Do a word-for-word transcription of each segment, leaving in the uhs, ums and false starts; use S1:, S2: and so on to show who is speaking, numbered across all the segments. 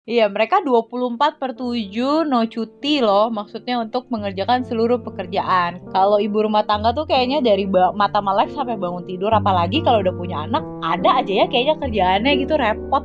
S1: Iya, mereka dua puluh empat per tujuh no cuti loh, maksudnya untuk mengerjakan seluruh pekerjaan. Kalau ibu rumah tangga tuh kayaknya dari ba- mata melek sampai bangun tidur, apalagi kalau udah punya anak, ada aja ya kayaknya kerjaannya gitu repot.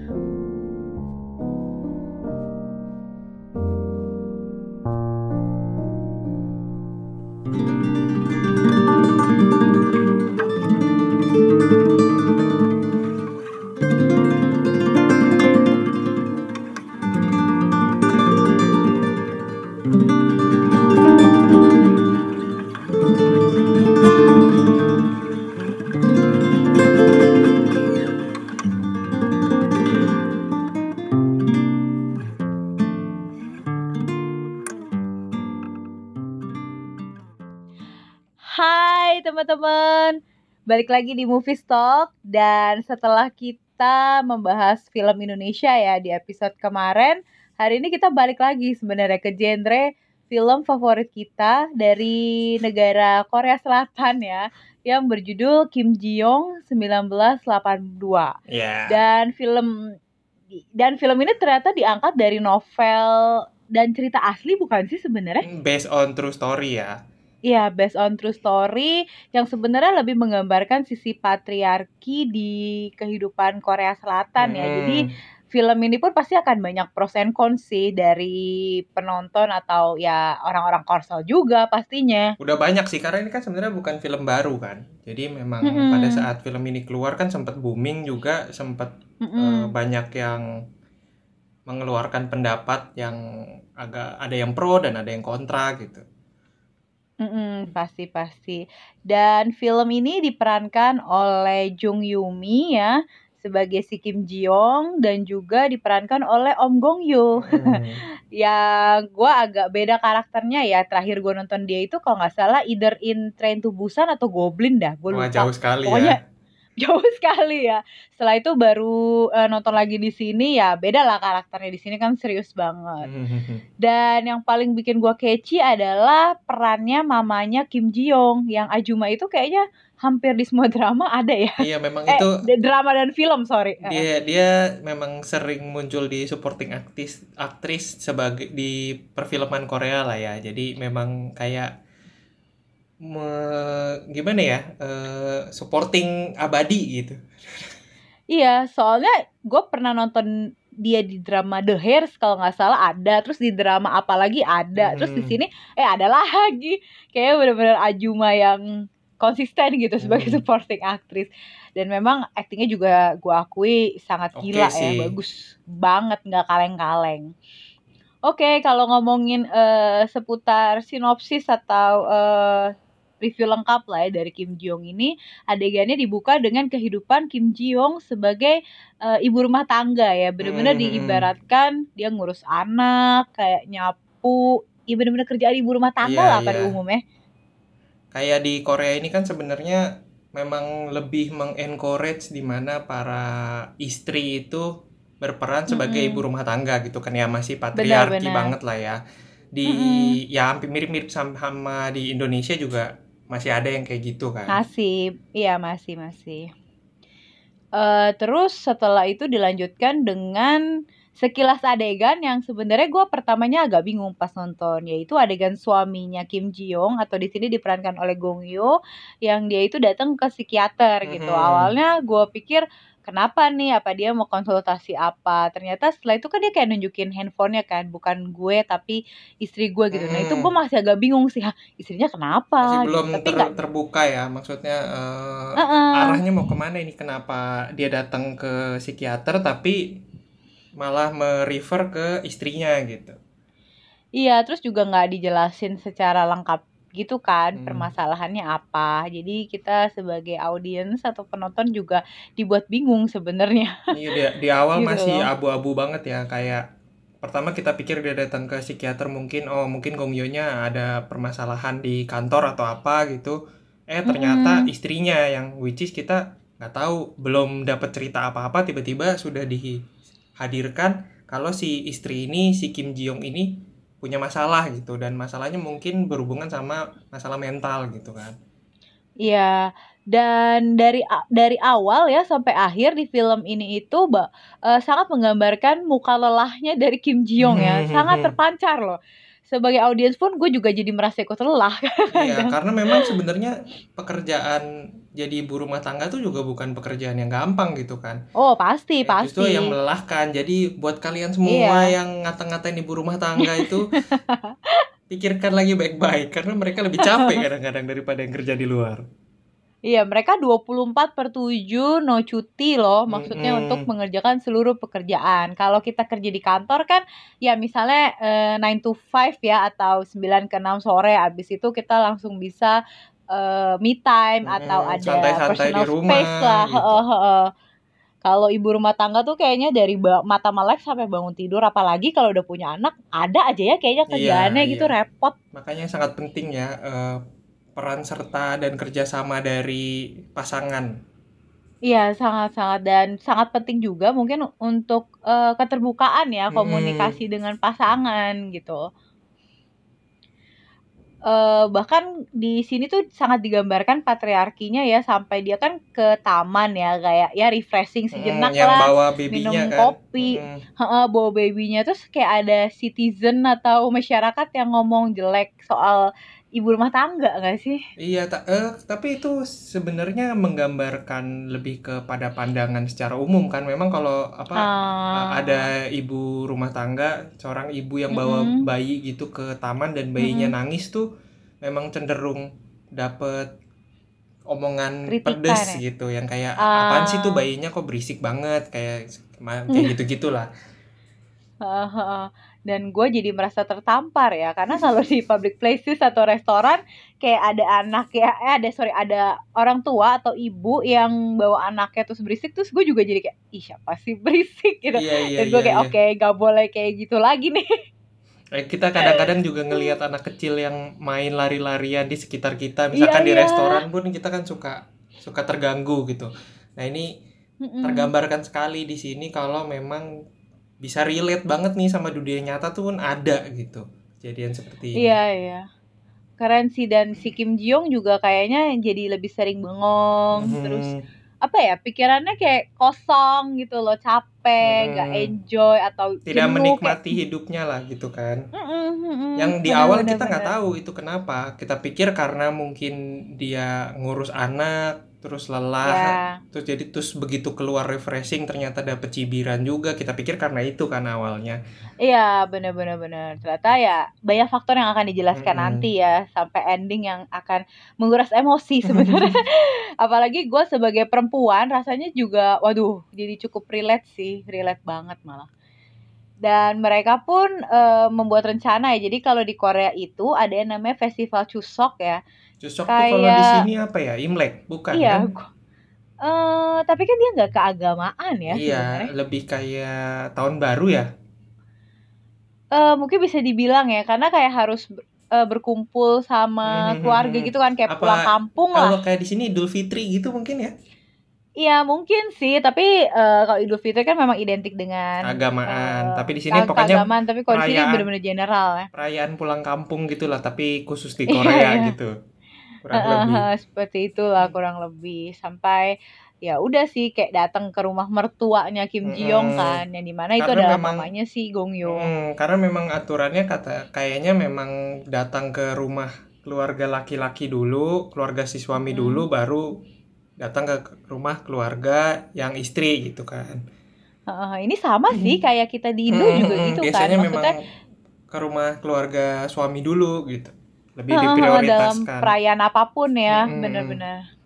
S1: Hai teman-teman, balik lagi di Movie Talk. Dan setelah kita membahas film Indonesia ya di episode kemarin, hari ini kita balik lagi sebenarnya ke genre film favorit kita dari negara Korea Selatan ya, yang berjudul Kim Ji Young seribu sembilan ratus delapan puluh dua.
S2: Yeah.
S1: Dan film dan film ini ternyata diangkat dari novel dan cerita asli bukan sih sebenarnya?
S2: Based on true story ya.
S1: Iya, based on true story yang sebenarnya lebih menggambarkan sisi patriarki di kehidupan Korea Selatan ya.
S2: Hmm.
S1: Jadi film ini pun pasti akan banyak pros and cons sih dari penonton atau ya orang-orang Korsel juga pastinya.
S2: Udah banyak sih, karena ini kan sebenarnya bukan film baru kan. Jadi memang
S1: Mm-mm.
S2: pada saat film ini keluar kan sempat booming juga, sempat uh, banyak yang mengeluarkan pendapat yang agak ada yang pro dan ada yang kontra gitu.
S1: Mm-mm, pasti pasti. Dan film ini diperankan oleh Jung Yumi ya sebagai si Kim Ji Young, dan juga diperankan oleh Om Gong Yoo. Hmm. Yang gue agak beda karakternya ya. Terakhir gue nonton dia itu kalau nggak salah either in Train to Busan atau Goblin dah, gue lupa.
S2: Wah, jauh sekali.
S1: Pokoknya
S2: ya.
S1: Jauh sekali ya. Setelah itu baru uh, nonton lagi di sini ya, beda lah karakternya. Di sini kan serius banget. Dan yang paling bikin gue catchy adalah perannya mamanya Kim Ji Young, yang Ajuma itu kayaknya hampir di semua drama ada ya.
S2: Iya, memang
S1: eh,
S2: itu
S1: drama dan film, sorry.
S2: Dia dia memang sering muncul di supporting aktris aktris sebagai di perfilman Korea lah ya. Jadi memang kayak me, gimana ya? Uh, supporting abadi gitu.
S1: Iya, soalnya gue pernah nonton dia di drama The Hairs kalau nggak salah ada, terus di drama apa lagi ada, hmm. terus di sini eh ada lagi. Kayaknya benar-benar Ajuma yang konsisten gitu sebagai hmm. supporting aktris. Dan memang aktingnya juga gue akui sangat okay gila sih. Ya, bagus banget, nggak kaleng-kaleng. Oke, okay, kalau ngomongin uh, seputar sinopsis atau uh, review lengkap lah ya dari Kim Ji Young ini, adegannya dibuka dengan kehidupan Kim Ji Young sebagai uh, ibu rumah tangga ya, benar-benar hmm. diibaratkan dia ngurus anak, kayak nyapu, ya benar-benar kerjaan ibu rumah tangga yeah, lah pada yeah. umumnya.
S2: Kayak di Korea ini kan sebenarnya memang lebih mengencourage di mana para istri itu berperan sebagai mm-hmm. ibu rumah tangga gitu kan ya, masih patriarki benar, benar. banget lah ya. Di mm-hmm. ya hampir mirip-mirip sama di Indonesia juga masih ada yang kayak gitu kan.
S1: Masih, iya masih masih. Uh, terus setelah itu dilanjutkan dengan sekilas adegan yang sebenarnya gue pertamanya agak bingung pas nonton, yaitu adegan suaminya Kim Ji Young atau di sini diperankan oleh Gong Yoo, yang dia itu datang ke psikiater gitu. Mm-hmm. Awalnya gue pikir kenapa nih, apa dia mau konsultasi apa? Ternyata setelah itu kan dia kayak nunjukin handphonenya kan, bukan gue tapi istri gue gitu. Hmm. Nah itu gue masih agak bingung sih, istrinya kenapa?
S2: Masih belum
S1: gitu. Tapi
S2: ter-
S1: gak...
S2: terbuka ya, maksudnya uh,
S1: uh-uh.
S2: arahnya mau kemana ini? Kenapa dia datang ke psikiater tapi malah merefer ke istrinya gitu?
S1: Iya, terus juga nggak dijelasin secara lengkap gitu kan, hmm. permasalahannya apa. Jadi kita sebagai audiens atau penonton juga dibuat bingung sebenarnya.
S2: Iya, di, di awal gitu masih loh. Abu-abu banget ya, kayak pertama kita pikir dia datang ke psikiater mungkin oh mungkin Gong Yoo-nya ada permasalahan di kantor atau apa gitu. Eh ternyata hmm. istrinya yang which is kita nggak tahu, belum dapat cerita apa-apa, tiba-tiba sudah dihadirkan kalau si istri ini, si Kim Ji Young ini punya masalah gitu, dan masalahnya mungkin berhubungan sama masalah mental gitu kan.
S1: Iya, Dan dari dari awal ya sampai akhir di film ini itu ba, uh, sangat menggambarkan muka lelahnya dari Kim Ji Young ya, sangat terpancar loh. Sebagai audiens pun gue juga jadi merasa ikut lelah.
S2: Iya, karena memang sebenarnya pekerjaan jadi ibu rumah tangga tuh juga bukan pekerjaan yang gampang gitu kan.
S1: Oh pasti,
S2: ya,
S1: pasti.
S2: Justru yang melelahkan. Jadi buat kalian semua iya. yang ngata-ngatain ibu rumah tangga itu pikirkan lagi baik-baik karena mereka lebih capek kadang-kadang daripada yang kerja di luar.
S1: Iya, mereka dua puluh empat per tujuh no cuti loh, maksudnya mm-hmm. untuk mengerjakan seluruh pekerjaan. Kalau kita kerja di kantor kan, ya misalnya uh, nine to five ya, atau sembilan ke enam sore, abis itu kita langsung bisa uh, me time, mm-hmm. atau ada
S2: santai-santai
S1: personal
S2: di rumah,
S1: space lah.
S2: Gitu.
S1: Kalau ibu rumah tangga tuh kayaknya dari mata melek sampai bangun tidur, apalagi kalau udah punya anak, ada aja ya kayaknya kerjaannya iya, gitu iya. repot.
S2: Makanya sangat penting ya, uh, peran serta dan kerjasama dari pasangan.
S1: Iya, sangat-sangat dan sangat penting juga mungkin untuk uh, keterbukaan ya, komunikasi hmm. dengan pasangan gitu. Uh, bahkan di sini tuh sangat digambarkan patriarkinya ya, sampai dia kan ke taman ya, kayak ya refreshing sejenak hmm,
S2: yang
S1: lah,
S2: bawa minum
S1: kan? kopi, hmm. uh, bawa babynya, terus kayak ada citizen atau masyarakat yang ngomong jelek soal ibu rumah tangga nggak sih?
S2: Iya, ta- eh, tapi itu sebenarnya menggambarkan lebih kepada pandangan secara umum kan. Memang kalau apa uh. ada ibu rumah tangga, seorang ibu yang bawa mm-hmm. bayi gitu ke taman dan bayinya mm-hmm. nangis tuh, memang cenderung dapet omongan kritikan, pedes ya? Gitu, yang kayak uh. apaan sih tuh bayinya kok berisik banget, kayak kayak gitu-gitulah.
S1: Uh, uh, dan gue jadi merasa tertampar ya, karena kalau di public places atau restoran kayak ada anak ya eh ada sorry ada orang tua atau ibu yang bawa anaknya terus berisik, terus gue juga jadi kayak ih siapa sih berisik gitu.
S2: Iya, iya,
S1: dan gue
S2: iya,
S1: kayak
S2: iya.
S1: oke okay, gak boleh kayak gitu lagi nih.
S2: Eh, kita kadang-kadang juga ngelihat anak kecil yang main lari-larian di sekitar kita, misalkan iya, di iya. restoran pun kita kan suka suka terganggu gitu. Nah ini Mm-mm. tergambarkan sekali di sini kalau memang bisa relate banget nih sama dunia nyata tuh pun ada gitu kejadian seperti ini.
S1: Iya iya, keren sih. Dan si Kim Ji Young juga kayaknya jadi lebih sering bengong, hmm. terus apa ya, pikirannya kayak kosong gitu loh, capek, nggak hmm. enjoy atau
S2: tidak
S1: jenuh,
S2: menikmati
S1: kayak...
S2: hidupnya lah gitu kan.
S1: Mm-mm, mm-mm.
S2: Yang di
S1: bener,
S2: awal
S1: bener,
S2: kita nggak
S1: bener.
S2: tahu itu kenapa, kita pikir karena mungkin dia ngurus anak terus lelah, yeah. terus jadi terus begitu keluar refreshing ternyata dapet cibiran juga, kita pikir karena itu kan awalnya.
S1: Iya benar-benar benar, ternyata ya banyak faktor yang akan dijelaskan mm-hmm. nanti ya, sampai ending yang akan menguras emosi sebenarnya. Apalagi gue sebagai perempuan rasanya juga waduh jadi cukup relate sih, relate banget malah. Dan mereka pun uh, membuat rencana ya, jadi kalau di Korea itu ada yang namanya festival Chuseok ya.
S2: Chuseok kayak... tuh kalau di sini apa ya, Imlek bukan
S1: iya,
S2: kan?
S1: Iya, uh, tapi kan dia nggak keagamaan ya.
S2: Iya, sebenarnya. Lebih kayak tahun baru ya.
S1: Uh, mungkin bisa dibilang ya, karena kayak harus uh, berkumpul sama hmm, keluarga gitu kan, kayak apa, pulang kampung lah.
S2: Kalau kayak di sini Idul Fitri gitu mungkin ya?
S1: Iya mungkin sih, tapi uh, kalau Idul Fitri kan memang identik dengan
S2: keagamaan, uh, tapi di sini
S1: ke-
S2: pokoknya
S1: keagamaan, tapi kalau di sini benar-benar general ya.
S2: Perayaan pulang kampung gitulah, tapi khusus di Korea gitu. Kurang
S1: uh,
S2: lebih.
S1: Uh, seperti itulah kurang lebih, sampai ya udah sih kayak datang ke rumah mertuanya Kim Ji Young kan, yang dimana itu adalah memang, mamanya si Gong Yoo.
S2: Hmm, karena memang aturannya kata kayaknya memang datang ke rumah keluarga laki-laki dulu, keluarga si suami hmm. dulu, baru datang ke rumah keluarga yang istri gitu kan.
S1: Uh, ini sama sih kayak kita di Indo hmm, juga gitu
S2: biasanya
S1: kan.
S2: Biasanya memang ke rumah keluarga suami dulu gitu, lebih uh, diprioritaskan
S1: dalam perayaan apapun ya, hmm. benar-benar.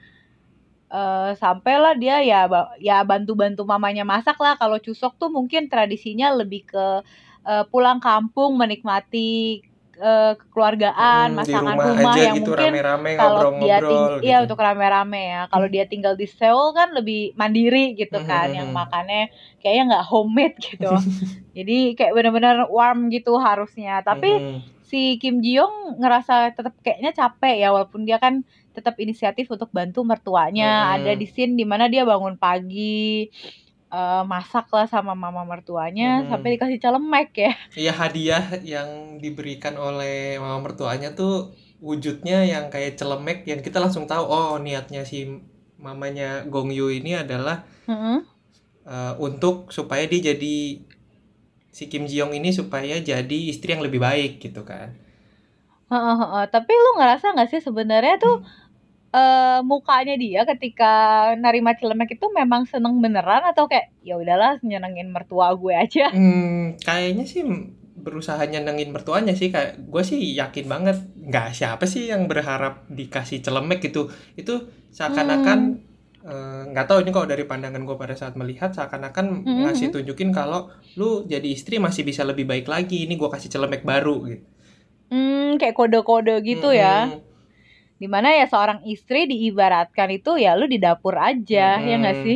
S1: Uh, sampailah dia ya ya bantu-bantu mamanya masak lah. Kalau Chuseok tuh mungkin tradisinya lebih ke uh, pulang kampung, menikmati uh, kekeluargaan, hmm, masakan rumah, rumah yang
S2: gitu,
S1: mungkin
S2: rame-rame,
S1: kalau dia ting-
S2: gitu.
S1: iya untuk rame-rame ya. Kalau hmm. dia tinggal di Seoul kan lebih mandiri gitu kan, hmm. yang makannya kayaknya nggak homemade gitu. Jadi kayak benar-benar warm gitu harusnya. Tapi hmm. si Kim Ji Young ngerasa tetap kayaknya capek ya, walaupun dia kan tetap inisiatif untuk bantu mertuanya. Hmm. Ada di scene dimana dia bangun pagi, uh, masak lah sama mama mertuanya, hmm. sampai dikasih celemek ya.
S2: Iya, hadiah yang diberikan oleh mama mertuanya tuh wujudnya yang kayak celemek, yang kita langsung tahu oh niatnya si mamanya Gong Yoo ini adalah
S1: Mm-hmm.
S2: uh, untuk supaya dia jadi si Kim Ji Young ini supaya jadi istri yang lebih baik gitu kan.
S1: Heeh, heeh. Tapi lu ngerasa nggak sih sebenarnya tuh uh, mukanya dia ketika nerima celemek itu memang seneng beneran atau kayak ya udahlah nyenengin mertua gue aja?
S2: Hmm, kayaknya sih berusaha nyenengin mertuanya sih, kayak gue sih yakin banget nggak siapa sih yang berharap dikasih celemek gitu. Itu seakan-akan
S1: Hmm.
S2: eh, nggak tahu ini kalau dari pandangan gue pada saat melihat seakan-akan
S1: Mm-hmm.
S2: ngasih tunjukin kalau lu jadi istri masih bisa lebih baik lagi, ini gue kasih celemek baru gitu.
S1: Hmm, kayak kode-kode gitu ya.
S2: Mm-mm.
S1: Dimana ya seorang istri diibaratkan itu ya lu di dapur aja, ya nggak
S2: Mm-mm.
S1: sih?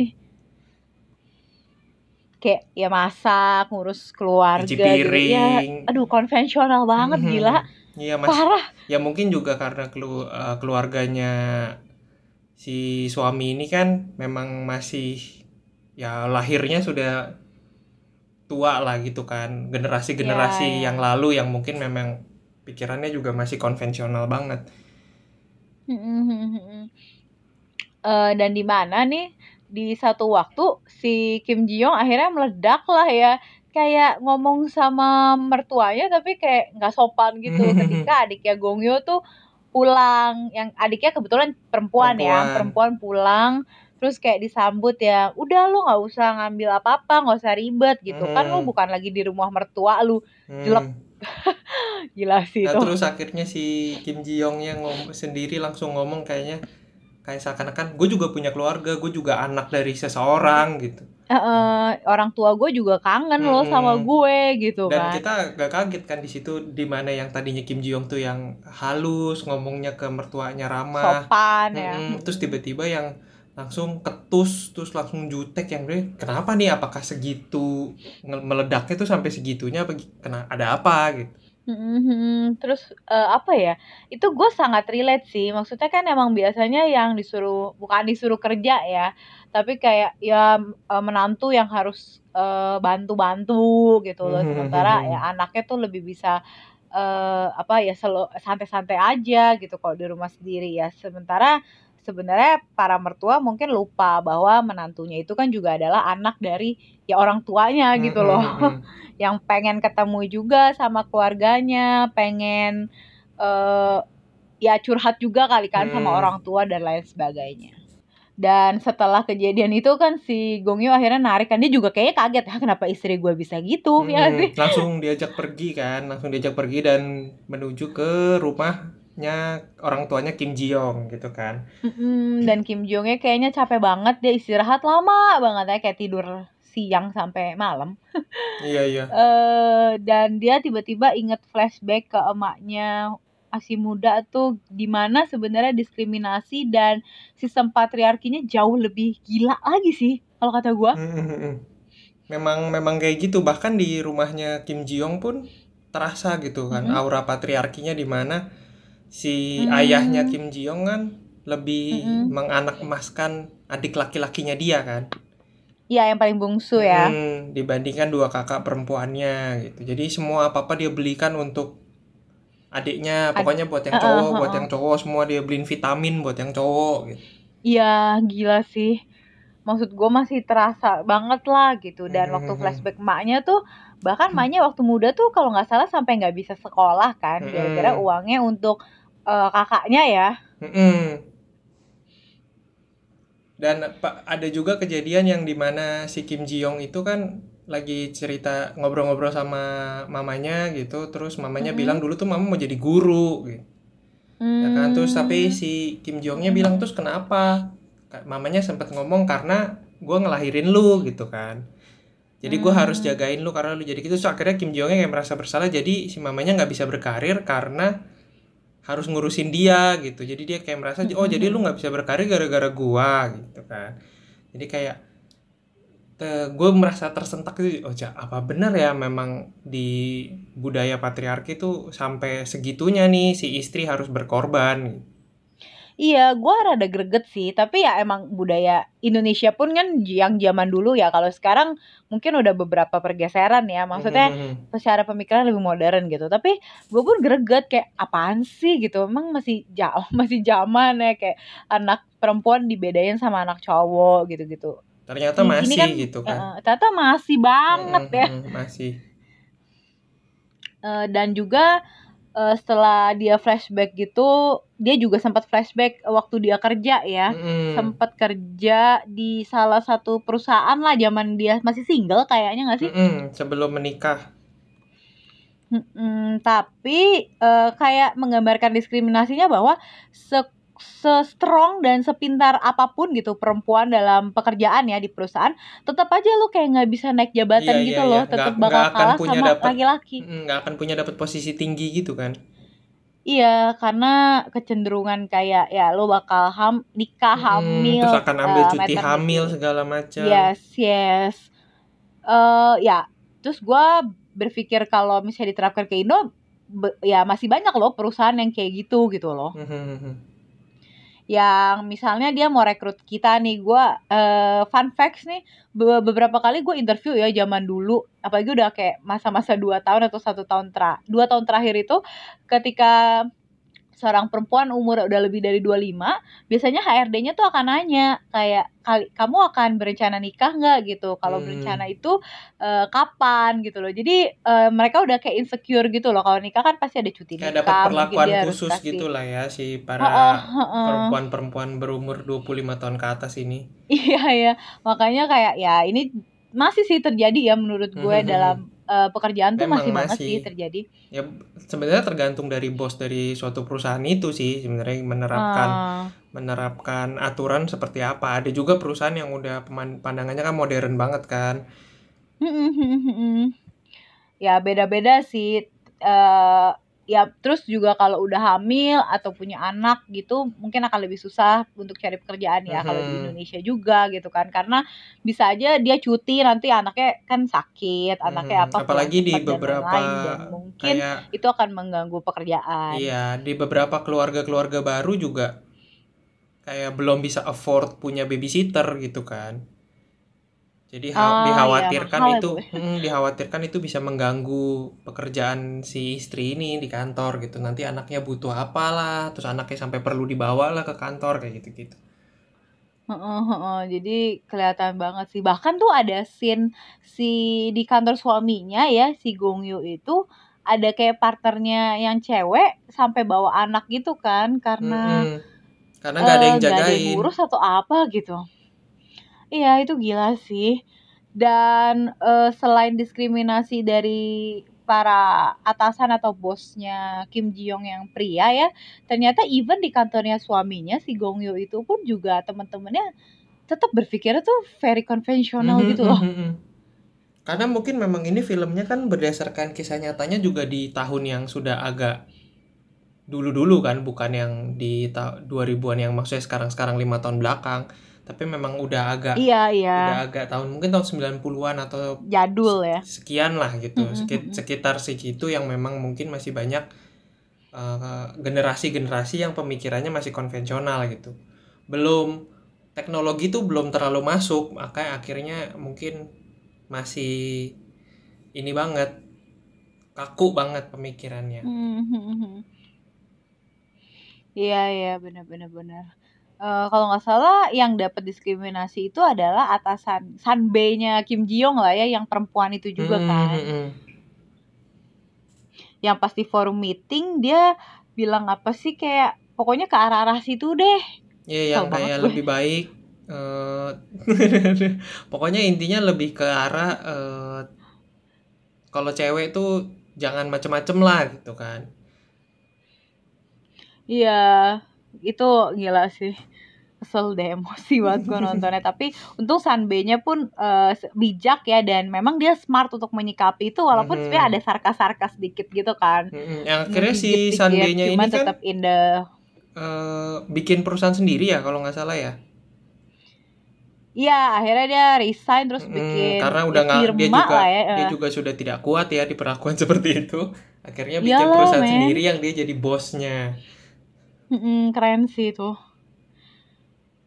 S1: Kayak ya masak, ngurus
S2: Cuci
S1: keluarga gitu. Ya,
S2: piring.
S1: aduh konvensional banget
S2: Mm-mm.
S1: gila.
S2: Iya mas,
S1: Parah.
S2: ya mungkin juga karena kelu- eh, keluarganya si suami ini kan memang masih ya lahirnya sudah tua lah gitu kan, generasi-generasi
S1: Ya,
S2: yang
S1: ya.
S2: lalu yang mungkin memang pikirannya juga masih konvensional banget.
S1: Eh, dan di mana nih di satu waktu si Kim Ji Young akhirnya meledak lah ya, kayak ngomong sama mertuanya tapi kayak nggak sopan gitu ketika adiknya Gong Yoo tuh pulang, yang adiknya kebetulan perempuan, ya
S2: Perempuan.
S1: perempuan pulang, terus kayak disambut ya udah lu nggak usah ngambil apa-apa, nggak usah ribet gitu kan, lu
S2: Hmm.
S1: bukan lagi di rumah mertua lu. Jelek.
S2: Hmm.
S1: Gila sih
S2: Nah
S1: itu.
S2: terus akhirnya si Kim Ji Youngnya ngom- sendiri langsung ngomong kayaknya kayak seakan-akan gue juga punya keluarga, gue juga anak dari seseorang gitu.
S1: Eh, eh, orang tua gue juga kangen loh sama
S2: Mm-mm.
S1: gue gitu
S2: Dan
S1: kan.
S2: kita gak kaget kan di situ, di mana yang tadinya Kim Ji Young tuh yang halus ngomongnya ke mertuanya ramah,
S1: Sopan ya.
S2: Mm-mm. Terus tiba-tiba yang langsung ketus, terus langsung jutek, yang deh kenapa nih, apakah segitu nge- meledaknya tuh sampai segitunya apa, gi- kena ada apa gitu.
S1: Mhm. Terus eh, apa ya? Itu gue sangat relate sih. Maksudnya kan emang biasanya yang disuruh, bukan disuruh kerja ya, tapi kayak ya eh, menantu yang harus eh, bantu-bantu gitu loh. Sementara ya anaknya tuh lebih bisa eh, apa ya, selo- santai-santai aja gitu kalau di rumah sendiri ya. Sementara sebenarnya para mertua mungkin lupa bahwa menantunya itu kan juga adalah anak dari ya orang tuanya gitu loh. Yang pengen ketemu juga sama keluarganya, pengen eh, ya curhat juga kali kan sama
S2: Hmm.
S1: orang tua dan lain sebagainya. Dan setelah kejadian itu kan si Gong Yoo akhirnya narik kan, dia juga kayaknya kaget, ah kenapa istri gue bisa gitu,
S2: Hmm,
S1: ya sih.
S2: langsung diajak pergi kan, langsung diajak pergi dan menuju ke rumahnya orang tuanya Kim Ji Young gitu kan.
S1: Mm-mm, dan Kim Jongnya kayaknya capek banget, dia istirahat lama banget ya, kayak tidur siang sampai malam.
S2: Iya iya.
S1: Eh, dan dia tiba-tiba inget flashback ke emaknya masih muda tuh, dimana sebenarnya diskriminasi dan sistem patriarkinya jauh lebih gila lagi sih kalau kata gue.
S2: Hmm, hmm, hmm. Memang memang kayak gitu, bahkan di rumahnya Kim Ji Young pun terasa gitu kan,
S1: Mm-mm.
S2: aura patriarkinya, di mana si
S1: Mm.
S2: ayahnya Kim Ji Young kan lebih
S1: Mm-mm.
S2: menganak emaskan adik laki-lakinya dia kan.
S1: Iya, yang paling bungsu ya.
S2: Hmm, dibandingkan dua kakak perempuannya gitu. Jadi semua apa-apa dia belikan untuk adiknya,
S1: Ad-
S2: pokoknya buat yang
S1: uh, uh,
S2: cowok,
S1: uh,
S2: buat
S1: uh.
S2: yang cowok semua dia beliin vitamin buat yang cowok gitu.
S1: Iya, gila sih. Maksud gue masih terasa banget lah gitu. Dan waktu
S2: Hmm.
S1: flashback emaknya tuh, bahkan emaknya waktu muda tuh kalau nggak salah sampai nggak bisa sekolah kan, gara-gara
S2: Hmm.
S1: uangnya untuk uh, kakaknya ya.
S2: Hmm. Dan pa- ada juga kejadian yang dimana si Kim Ji Young itu kan lagi cerita ngobrol-ngobrol sama mamanya gitu, terus mamanya
S1: Mm-mm.
S2: bilang dulu tuh mama mau jadi guru gitu. Ya kan, terus tapi
S1: Hmm.
S2: si Kim Ji Youngnya bilang terus kenapa? Ka- Mamanya sempat ngomong karena gue ngelahirin lu gitu kan. Jadi gue
S1: Hmm.
S2: harus jagain lu karena lu jadi gitu. Terus akhirnya Kim Ji Youngnya kayak merasa bersalah, jadi si mamanya nggak bisa berkarir karena harus ngurusin dia gitu. Jadi dia kayak merasa oh jadi lu nggak bisa berkarir gara-gara gua gitu kan. Jadi kayak gue merasa tersentak gitu. Oh ja, apa benar ya memang di budaya patriarki tuh sampai segitunya nih si istri harus berkorban gitu.
S1: Iya, gue rada greget sih, tapi ya emang budaya Indonesia pun kan yang zaman dulu ya, kalau sekarang mungkin udah beberapa pergeseran ya, maksudnya secara pemikiran lebih modern gitu. Tapi gue pun greget kayak apaan sih gitu, emang masih jauh masih zaman ya kayak anak perempuan dibedain sama anak cowok gitu-gitu.
S2: Ternyata
S1: Ini
S2: masih
S1: kan
S2: gitu kan.
S1: uh, ternyata masih banget ya.
S2: Masih.
S1: Uh, dan juga uh, setelah dia flashback gitu, dia juga sempat flashback waktu dia kerja ya,
S2: mm-hmm.
S1: sempat kerja di salah satu perusahaan lah zaman dia masih single kayaknya nggak sih?
S2: Mm-hmm. Sebelum menikah.
S1: Mm-mm, tapi uh, kayak menggambarkan diskriminasinya bahwa se se-strong dan sepintar apapun gitu perempuan dalam pekerjaan ya di perusahaan, tetap aja lu kayak nggak bisa naik jabatan
S2: iya,
S1: gitu
S2: iya,
S1: loh,
S2: iya.
S1: tetap
S2: nggak,
S1: bakal
S2: nggak
S1: kalah sama
S2: dapet,
S1: laki-laki.
S2: Nggak akan punya dapat posisi tinggi gitu kan?
S1: Iya, karena kecenderungan kayak ya lu bakal ham, nikah
S2: hmm,
S1: hamil,
S2: terus akan ambil
S1: uh,
S2: cuti
S1: maternity.
S2: hamil segala macam.
S1: Yes, yes. Uh, ya, terus gue berpikir kalau misalnya diterapkan ke Indo, be- ya masih banyak loh perusahaan yang kayak gitu gitu loh. Yang misalnya dia mau rekrut kita nih, gue uh, fun facts nih, be- beberapa kali gue interview ya zaman dulu, apalagi udah kayak masa-masa dua tahun atau satu tahun terakhir, dua tahun terakhir itu ketika seorang perempuan umur udah lebih dari dua puluh lima, biasanya H R D-nya tuh akan nanya kayak, kamu akan berencana nikah nggak gitu, kalau hmm. berencana itu uh, kapan gitu loh. Jadi uh, mereka udah kayak insecure gitu loh, kalau nikah kan pasti ada cuti
S2: kayak
S1: nikah,
S2: dapat perlakuan khusus
S1: kasih...
S2: gitu lah ya si para
S1: oh, oh, oh, oh.
S2: perempuan-perempuan berumur dua puluh lima tahun ke atas ini.
S1: Iya ya, makanya kayak ya ini masih sih terjadi ya menurut gue dalam uh, pekerjaan tuh masih, masih banget sih terjadi.
S2: Ya sebenarnya tergantung dari bos dari suatu perusahaan itu sih sebenarnya menerapkan uh. menerapkan aturan seperti apa. Ada juga perusahaan yang udah pandangannya kan modern banget kan.
S1: Ya beda-beda sih. Uh, ya terus juga kalau udah hamil atau punya anak gitu mungkin akan lebih susah untuk cari pekerjaan ya, mm-hmm. kalau di Indonesia juga gitu kan, karena bisa aja dia cuti nanti anaknya kan sakit, mm-hmm. anaknya apa
S2: apalagi di beberapa
S1: dan lain, dan mungkin
S2: kayak,
S1: itu akan mengganggu pekerjaan.
S2: Iya, di beberapa keluarga-keluarga baru juga kayak belum bisa afford punya babysitter gitu kan. Jadi ha- oh, dikhawatirkan iya, itu hmm, dikhawatirkan itu bisa mengganggu pekerjaan si istri ini di kantor gitu. Nanti anaknya butuh apalah, terus anaknya sampai perlu dibawa lah ke kantor kayak gitu-gitu.
S1: Uh, uh, uh, jadi kelihatan banget sih. Bahkan tuh ada scene si di kantor suaminya ya, si Gong Yoo itu ada kayak partnernya yang cewek sampai bawa anak gitu kan, karena
S2: mm-hmm. karena nggak uh, ada yang jagain,
S1: nggak ada yang ngurus atau apa gitu. Iya, itu gila sih. Dan uh, selain diskriminasi dari para atasan atau bosnya Kim Ji Young yang pria ya, ternyata even di kantornya suaminya si Gong Yoo itu pun juga teman-temannya tetap berpikirnya tuh very konvensional mm-hmm, gitu loh.
S2: Mm-hmm. Karena mungkin memang ini filmnya kan berdasarkan kisah nyatanya juga di tahun yang sudah agak dulu-dulu kan, bukan yang di ta- dua ribuan yang maksudnya sekarang-sekarang lima tahun belakang. Tapi memang udah agak
S1: iya, iya.
S2: udah agak tahun mungkin tahun sembilan puluhan atau
S1: jadul ya.
S2: Sekian lah gitu. Mm-hmm. Sekitar segitu yang memang mungkin masih banyak uh, generasi-generasi yang pemikirannya masih konvensional gitu. Belum teknologi tuh belum terlalu masuk, makanya akhirnya mungkin masih ini banget kaku banget pemikirannya.
S1: Mm-hmm. Iya, iya, benar-benar benar. Uh, kalau nggak salah yang dapat diskriminasi itu adalah atasan Sanbei-nya Kim Ji Young lah ya, yang perempuan itu juga hmm, kan. Hmm, hmm. Yang pasti forum meeting dia bilang apa sih kayak pokoknya ke arah-arah situ deh.
S2: Iya, yang kayak lebih baik. Uh, pokoknya intinya lebih ke arah uh, kalau cewek tuh jangan macem-macem lah gitu kan.
S1: Iya, itu gila sih, kesel deh, emosi banget gue nontonnya. Tapi untung Sanbei-nya pun uh, bijak ya, dan memang dia smart untuk menyikapi itu walaupun mm-hmm. sebenarnya ada sarkas-sarkas dikit gitu kan.
S2: Mm-hmm. Yang akhirnya si Sanbei-nya ini
S1: tetap
S2: kan
S1: in the...
S2: uh, bikin perusahaan sendiri ya kalau nggak salah ya.
S1: Iya, akhirnya dia resign terus bikin
S2: hmm, karena udah nggak
S1: ya,
S2: dia juga
S1: ya.
S2: dia juga sudah tidak kuat ya di perlakuan seperti itu. Akhirnya bikin Yalah, perusahaan man. sendiri yang dia jadi bosnya.
S1: Mm-mm, keren sih itu.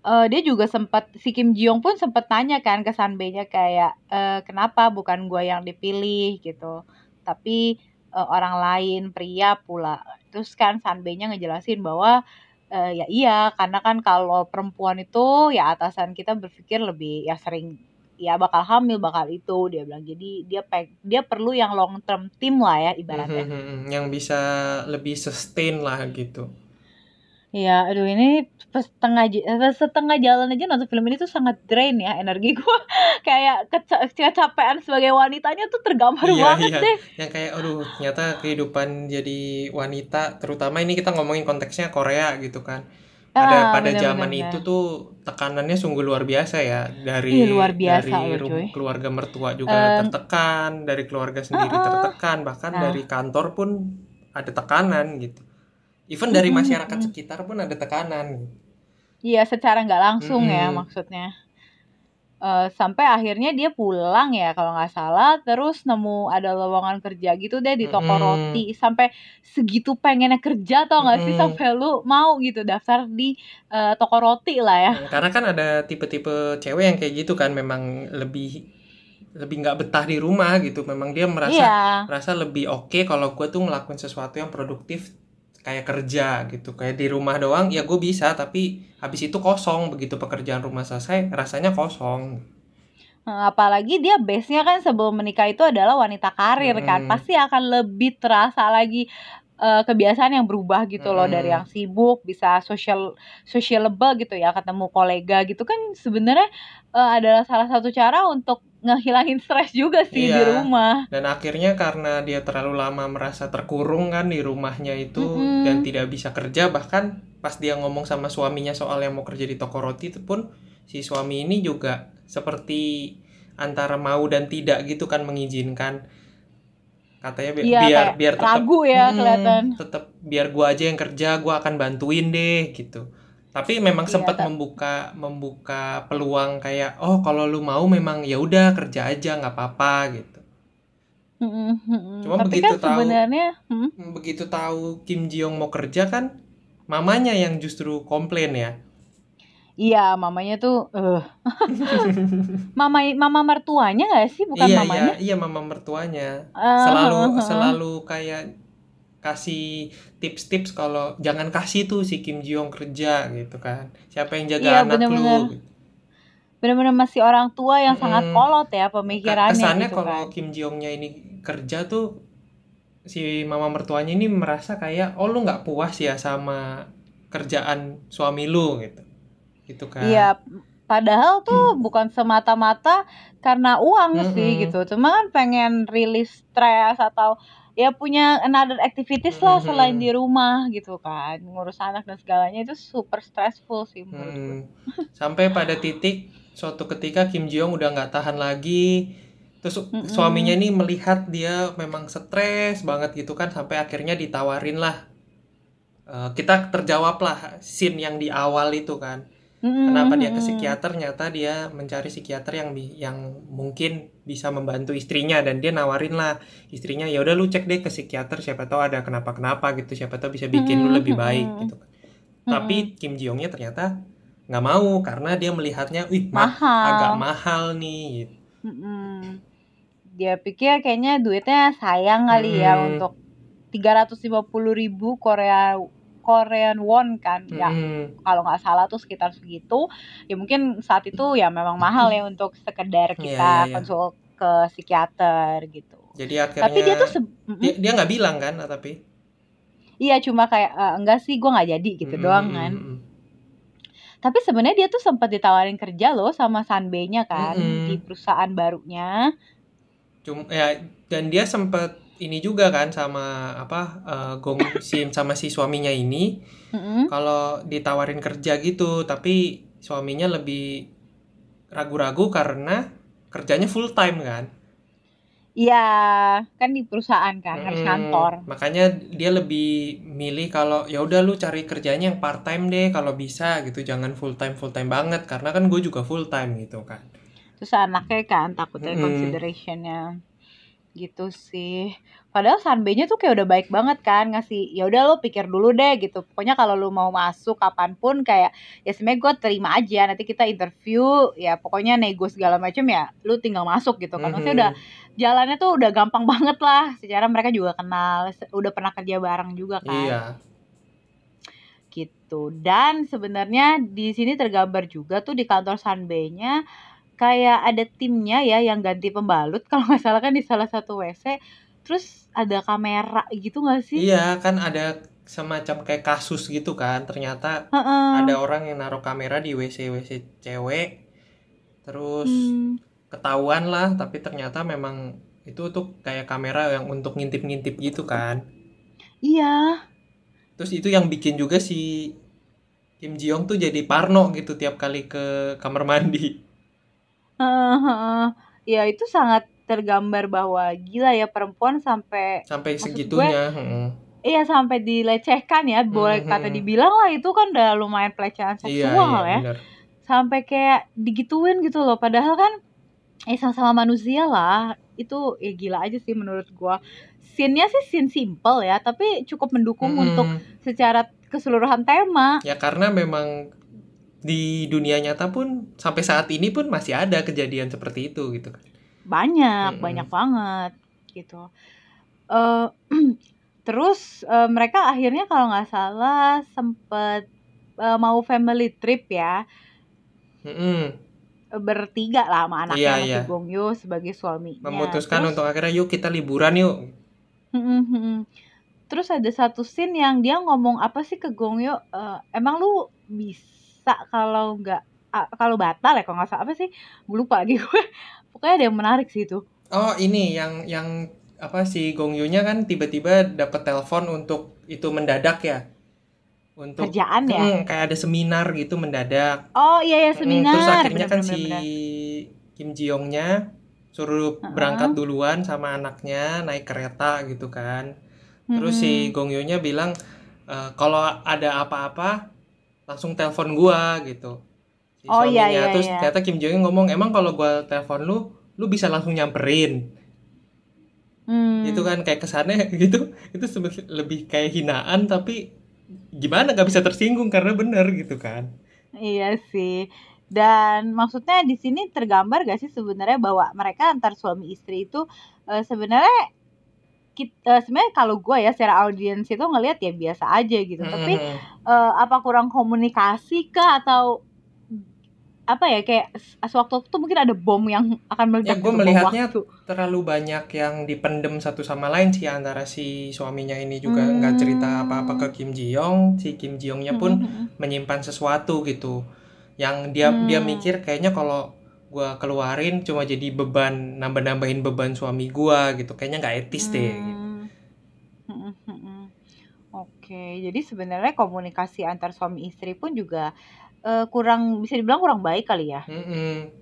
S1: uh, dia juga sempat si Kim Ji Young pun sempat tanya kan ke Sanbei-nya kayak e, kenapa bukan gue yang dipilih gitu, tapi uh, orang lain pria pula. Terus kan Sanbei-nya ngejelasin bahwa uh, ya iya karena kan kalau perempuan itu ya atasan kita berpikir lebih ya sering ya bakal hamil bakal itu, dia bilang jadi dia peg dia perlu yang long term team lah ya ibaratnya.
S2: Mm-hmm, yang bisa lebih sustain lah gitu.
S1: Iya, aduh ini setengah setengah jalan aja nonton film ini tuh sangat drain ya energi gue. Kayak keca- kecapean sebagai wanitanya tuh tergambar
S2: iya,
S1: banget
S2: iya.
S1: deh.
S2: Yang kayak aduh ternyata kehidupan jadi wanita, terutama ini kita ngomongin konteksnya Korea gitu kan. Pada
S1: Ah,
S2: pada
S1: bener,
S2: zaman
S1: bener,
S2: itu
S1: bener.
S2: tuh tekanannya sungguh luar biasa ya, dari
S1: Ih, luar biasa
S2: dari
S1: loh,
S2: rum,
S1: cuy.
S2: keluarga mertua juga
S1: Um,
S2: tertekan, dari keluarga sendiri
S1: uh-uh.
S2: tertekan, bahkan
S1: Nah,
S2: dari kantor pun ada tekanan gitu. Even dari
S1: mm-mm,
S2: masyarakat
S1: mm-mm.
S2: sekitar pun ada tekanan.
S1: Iya, secara nggak langsung ya
S2: Mm-mm.
S1: maksudnya. Uh, sampai akhirnya dia pulang ya kalau nggak salah, terus nemu ada lowongan kerja gitu deh di toko
S2: Mm-mm.
S1: roti. Sampai segitu pengennya kerja tau nggak sih,
S2: Mm-mm.
S1: sampai lu mau gitu daftar di uh, toko roti lah ya.
S2: Karena kan ada tipe-tipe cewek yang kayak gitu kan, memang lebih lebih nggak betah di rumah gitu. Memang dia merasa
S1: Iya.
S2: merasa lebih oke okay kalau gue tuh ngelakuin sesuatu yang produktif kayak kerja gitu. Kayak di rumah doang ya gue bisa, tapi habis itu kosong, begitu pekerjaan rumah selesai rasanya kosong.
S1: Apalagi dia base-nya kan sebelum menikah itu adalah wanita karir
S2: Hmm.
S1: kan, pasti akan lebih terasa lagi uh, kebiasaan yang berubah gitu loh,
S2: Hmm.
S1: dari yang sibuk bisa social sociable gitu ya, ketemu kolega gitu kan sebenarnya uh, adalah salah satu cara untuk ngehilangin stres juga sih
S2: Iya.
S1: di rumah.
S2: Dan akhirnya karena dia terlalu lama merasa terkurung kan di rumahnya itu,
S1: Mm-mm.
S2: dan tidak bisa kerja, bahkan pas dia ngomong sama suaminya soal yang mau kerja di toko roti itu pun si suami ini juga seperti antara mau dan tidak gitu kan, mengizinkan. Katanya bi-
S1: Iya,
S2: biar
S1: kayak
S2: biar tetap
S1: ragu ya
S2: hmm,
S1: kelihatan.
S2: tetap biar gua aja yang kerja, gua akan bantuin deh gitu. Tapi memang
S1: Iya,
S2: sempat
S1: ta-
S2: membuka membuka peluang kayak oh kalau lu mau memang ya udah kerja aja nggak apa-apa gitu.
S1: Mm-mm, mm-mm.
S2: Cuma
S1: Tapi
S2: begitu
S1: kan
S2: tahu
S1: sebenarnya hmm?
S2: begitu tahu Kim Ji Young mau kerja kan, mamanya yang justru komplain ya.
S1: Iya, mamanya tuh uh. mama mama mertuanya nggak sih, bukan
S2: iya,
S1: mamanya?
S2: Iya, iya mama mertuanya.
S1: Uh,
S2: Selalu
S1: uh, uh.
S2: selalu kayak kasih tips-tips kalau jangan kasih tuh si Kim Ji Young kerja gitu kan. Siapa yang jaga
S1: Iya,
S2: anak
S1: bener-bener.
S2: lu? Gitu.
S1: Bener-bener masih orang tua yang
S2: Mm-mm.
S1: sangat kolot ya pemikirannya.
S2: Kesannya
S1: gitu
S2: kalau
S1: kan.
S2: Kim Ji Youngnya ini kerja tuh si mama mertuanya ini merasa kayak oh lu nggak puas ya sama kerjaan suami lu gitu. Gitu kan.
S1: Iya, padahal tuh bukan semata-mata karena uang
S2: Mm-mm.
S1: sih gitu. Cuma kan pengen rilis stres atau ya punya another activities lah selain di rumah gitu kan. Ngurus anak dan segalanya itu super stressful sih menurut gue.
S2: Hmm. Sampai pada titik suatu ketika Kim Ji Young udah nggak tahan lagi, terus
S1: Mm-mm.
S2: suaminya ini melihat dia memang stres banget gitu kan, sampai akhirnya ditawarin lah. Uh, kita terjawab lah scene yang di awal itu kan.
S1: Mm-mm.
S2: Kenapa dia ke psikiater? Ternyata dia mencari psikiater yang yang mungkin bisa membantu istrinya, dan dia nawarin lah istrinya, ya udah lu cek deh ke psikiater, siapa tahu ada kenapa-kenapa gitu, siapa tahu bisa bikin lu lebih baik gitu kan. Tapi Kim Ji Youngnya ternyata nggak mau karena dia melihatnya, wih
S1: mahal.
S2: agak mahal nih. Gitu.
S1: Dia pikir kayaknya duitnya sayang kali
S2: hmm.
S1: ya untuk tiga ratus lima puluh ribu Korea Korean won kan, hmm. ya kalau nggak salah tuh sekitar segitu. Ya mungkin saat itu ya memang mahal ya untuk sekedar kita yeah, yeah, yeah. konsul ke psikiater gitu.
S2: Jadi akhirnya
S1: tapi dia tuh se-
S2: dia dia nggak bilang kan, tapi
S1: iya cuma kayak e, enggak sih gue nggak jadi gitu hmm. doang kan. Tapi sebenarnya dia tuh sempat ditawarin kerja loh sama Sanbei-nya kan hmm. di perusahaan barunya.
S2: Cuma ya, dan dia sempat ini juga kan sama apa uh, Gong Sim sama si suaminya ini mm-hmm. kalau ditawarin kerja gitu, tapi suaminya lebih ragu-ragu karena kerjanya full time kan.
S1: Iya, kan di perusahaan kan, hmm, harus kantor.
S2: Makanya dia lebih milih kalau ya udah lu cari kerjanya yang part time deh kalau bisa gitu, jangan full time full time banget, karena kan gue juga full time gitu kan.
S1: Terus anaknya kan takutnya hmm. consideration-nya. gitu sih. Padahal Sanbei-nya tuh kayak udah baik banget kan, ngasih ya udah lo pikir dulu deh gitu. Pokoknya kalau lo mau masuk kapanpun kayak ya sebenarnya gue terima aja, nanti kita interview ya pokoknya nego segala macam ya lo tinggal masuk gitu kan. Maksudnya udah
S2: Mhm.
S1: jalannya tuh udah gampang banget lah. Secara mereka juga kenal, se- udah pernah kerja bareng juga kan.
S2: Iya.
S1: Gitu. Dan sebenarnya di sini tergambar juga tuh di kantor Sanbei-nya kayak ada timnya ya yang ganti pembalut kalau nggak salah kan di salah satu W C. Terus ada kamera gitu nggak sih?
S2: Iya, kan ada semacam kayak kasus gitu kan. Ternyata
S1: Heeh.
S2: ada orang yang naruh kamera di W C W C cewek. Terus
S1: Hmm,
S2: ketahuan lah, tapi ternyata memang itu tuh kayak kamera yang untuk ngintip-ngintip gitu kan.
S1: iya.
S2: Terus itu yang bikin juga si Kim Ji Young tuh jadi parno gitu tiap kali ke kamar mandi.
S1: Heeh, heeh. Ya itu sangat tergambar bahwa gila ya perempuan sampai
S2: Sampai
S1: maksud gue
S2: segitunya. Hmm.
S1: iya sampai dilecehkan ya,
S2: Hmm,
S1: boleh kata
S2: hmm.
S1: dibilang lah itu kan udah lumayan pelecehan
S2: Iya, iya
S1: seksual ya.
S2: bener.
S1: Sampai kayak digituin gitu loh, padahal kan eh sama-sama manusia lah. Itu ya gila aja sih menurut gua. Scene-nya sih scene simple ya, tapi cukup mendukung untuk
S2: Hmm.
S1: secara keseluruhan tema.
S2: Ya karena memang di dunia nyata pun sampai saat ini pun masih ada kejadian seperti itu gitu kan.
S1: Banyak, banyak
S2: Mm-mm.
S1: banget gitu. Eh terus eh, mereka akhirnya kalau nggak salah sempet eh, mau family trip ya,
S2: Mm-mm.
S1: eh, bertiga lah sama
S2: Iya,
S1: anaknya sama
S2: iya.
S1: si Gong Yoo sebagai suaminya.
S2: Memutuskan
S1: Terus
S2: untuk akhirnya yuk kita liburan yuk.
S1: Terus ada satu scene yang dia ngomong apa sih ke Gong Yoo, eee, "Emang lu bisa kalau nggak a kalau batal ya?" Kalau nggak salah apa sih, gue lupa lagi gue. Pokoknya ada yang menarik sih itu.
S2: Oh ini yang yang apa si Gong Yoo-nya kan tiba-tiba dapat telepon untuk itu mendadak ya. Untuk
S1: Kerjaan ya?
S2: mm, kayak ada seminar gitu mendadak.
S1: Oh, iya ya
S2: Mm, terus
S1: seminar,
S2: akhirnya
S1: bener
S2: kan
S1: bener
S2: si
S1: bener bener.
S2: Kim Ji Young-nya suruh
S1: Heeh,
S2: berangkat duluan sama anaknya naik kereta gitu kan. Terus si
S1: mhm.
S2: Gong Yoo-nya bilang e, kalau ada apa-apa langsung telepon gua gitu. Si
S1: Oh, iya
S2: suaminya
S1: iya
S2: terus
S1: iya.
S2: ternyata Kim Ji Young ngomong emang kalau gua telepon lu lu bisa langsung nyamperin. Itu
S1: Mmm,
S2: kan kayak kesannya gitu. Itu sebe- lebih kayak hinaan tapi gimana gak bisa tersinggung karena bener gitu kan.
S1: iya sih. Dan maksudnya di sini tergambar gak sih sebenarnya bahwa mereka antar suami istri itu, eee, sebenarnya Kit eee, sebenarnya kalau gue ya secara audiens itu ngelihat ya biasa aja gitu, tapi,
S2: Mm-mm.
S1: eee, apa kurang komunikasi kah atau, apa ya, kayak s sewaktu-waktu tuh mungkin ada bom yang akan
S2: Ya
S1: meledak
S2: gue
S1: gitu, bom
S2: melihatnya
S1: waktu.
S2: terlalu banyak yang dipendem satu sama lain sih antara si suaminya ini juga nggak cerita apa-apa ke
S1: Mmm,
S2: Kim Ji Young, si Kim Ji Youngnya
S1: mhm
S2: pun
S1: mhm.
S2: menyimpan sesuatu gitu. Yang dia dia
S1: Mmm,
S2: mikir kayaknya kalau gue keluarin cuma jadi beban nambah-nambahin beban suami gue gitu. Kayaknya nggak etis deh. Gitu.
S1: mmm, mhm mhm. Oke, jadi sebenarnya komunikasi antar suami istri pun juga, eee, kurang bisa dibilang kurang baik kali ya?
S2: Mm-mm.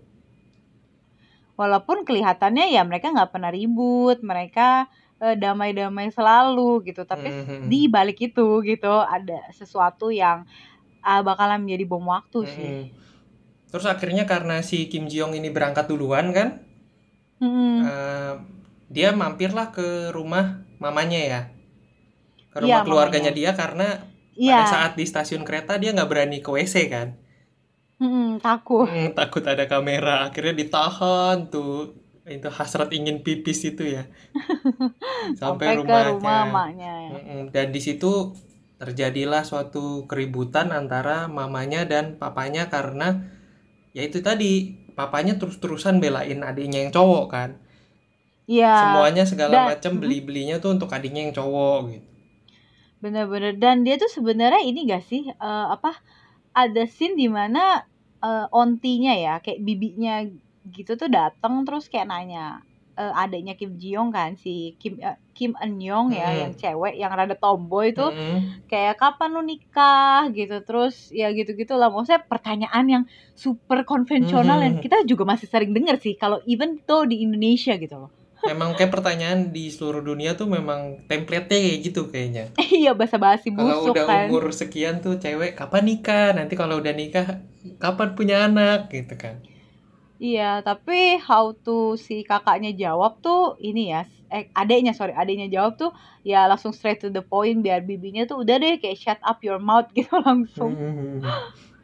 S1: Walaupun kelihatannya ya mereka nggak pernah ribut, mereka, eee, damai-damai selalu gitu, tapi s
S2: Mm-mm.
S1: di balik itu gitu ada sesuatu yang, eee, bakalan menjadi bom waktu sih.
S2: Mm-mm. Terus akhirnya karena si Kim Ji Young ini berangkat duluan kan,
S1: Mhm,
S2: eh, dia mampirlah ke rumah mamanya ya. Ke
S1: iya
S2: rumah
S1: mamanya.
S2: keluarganya dia karena pada
S1: Iya,
S2: saat di stasiun kereta dia nggak berani ke W C kan.
S1: mhm, takut.
S2: Hmm, takut ada kamera akhirnya ditahan tuh itu hasrat ingin pipis itu ya sampai
S1: Sampai ke rumah
S2: rumahnya.
S1: emaknya ya.
S2: Mm-mm. Dan di situ terjadilah suatu keributan antara mamanya dan papanya karena ya itu tadi papanya terus-terusan belain adiknya yang cowok kan.
S1: Iya,
S2: Semuanya segala
S1: dan
S2: macam
S1: mhm,
S2: beli-belinya tuh untuk adiknya yang cowok gitu.
S1: bener bener dan dia tuh sebenarnya ini gak sih, eee, apa, ada scene di mana, eee, ontinya ya, kayak bibinya gitu tuh dateng terus kayak nanya, eee, adiknya Kim Ji Young kan, si Kim, eee, Kim Eun Young ya, yang
S2: Mm-mm.
S1: cewek yang rada tomboy itu,
S2: Mm-mm.
S1: kayak, "Kapan lu nikah?" Gitu. Terus ya gitu-gitulah, maksudnya pertanyaan yang super konvensional yang
S2: Mhm.
S1: kita juga masih sering denger sih kalau even though di Indonesia gitu loh.
S2: Memang kayak pertanyaan di seluruh dunia tuh memang template-nya kayak gitu kayaknya.
S1: Iya, basa-basi
S2: Kalau
S1: busuk
S2: udah
S1: kan.
S2: umur sekian tuh cewek kapan nikah? Nanti kalau udah nikah kapan punya anak gitu kan.
S1: Iya, tapi how to si kakaknya jawab tuh ini ya, eh adeknya sorry, adeknya jawab tuh ya langsung straight to the point biar bibinya tuh udah deh kayak shut up your mouth gitu langsung.
S2: Hmm.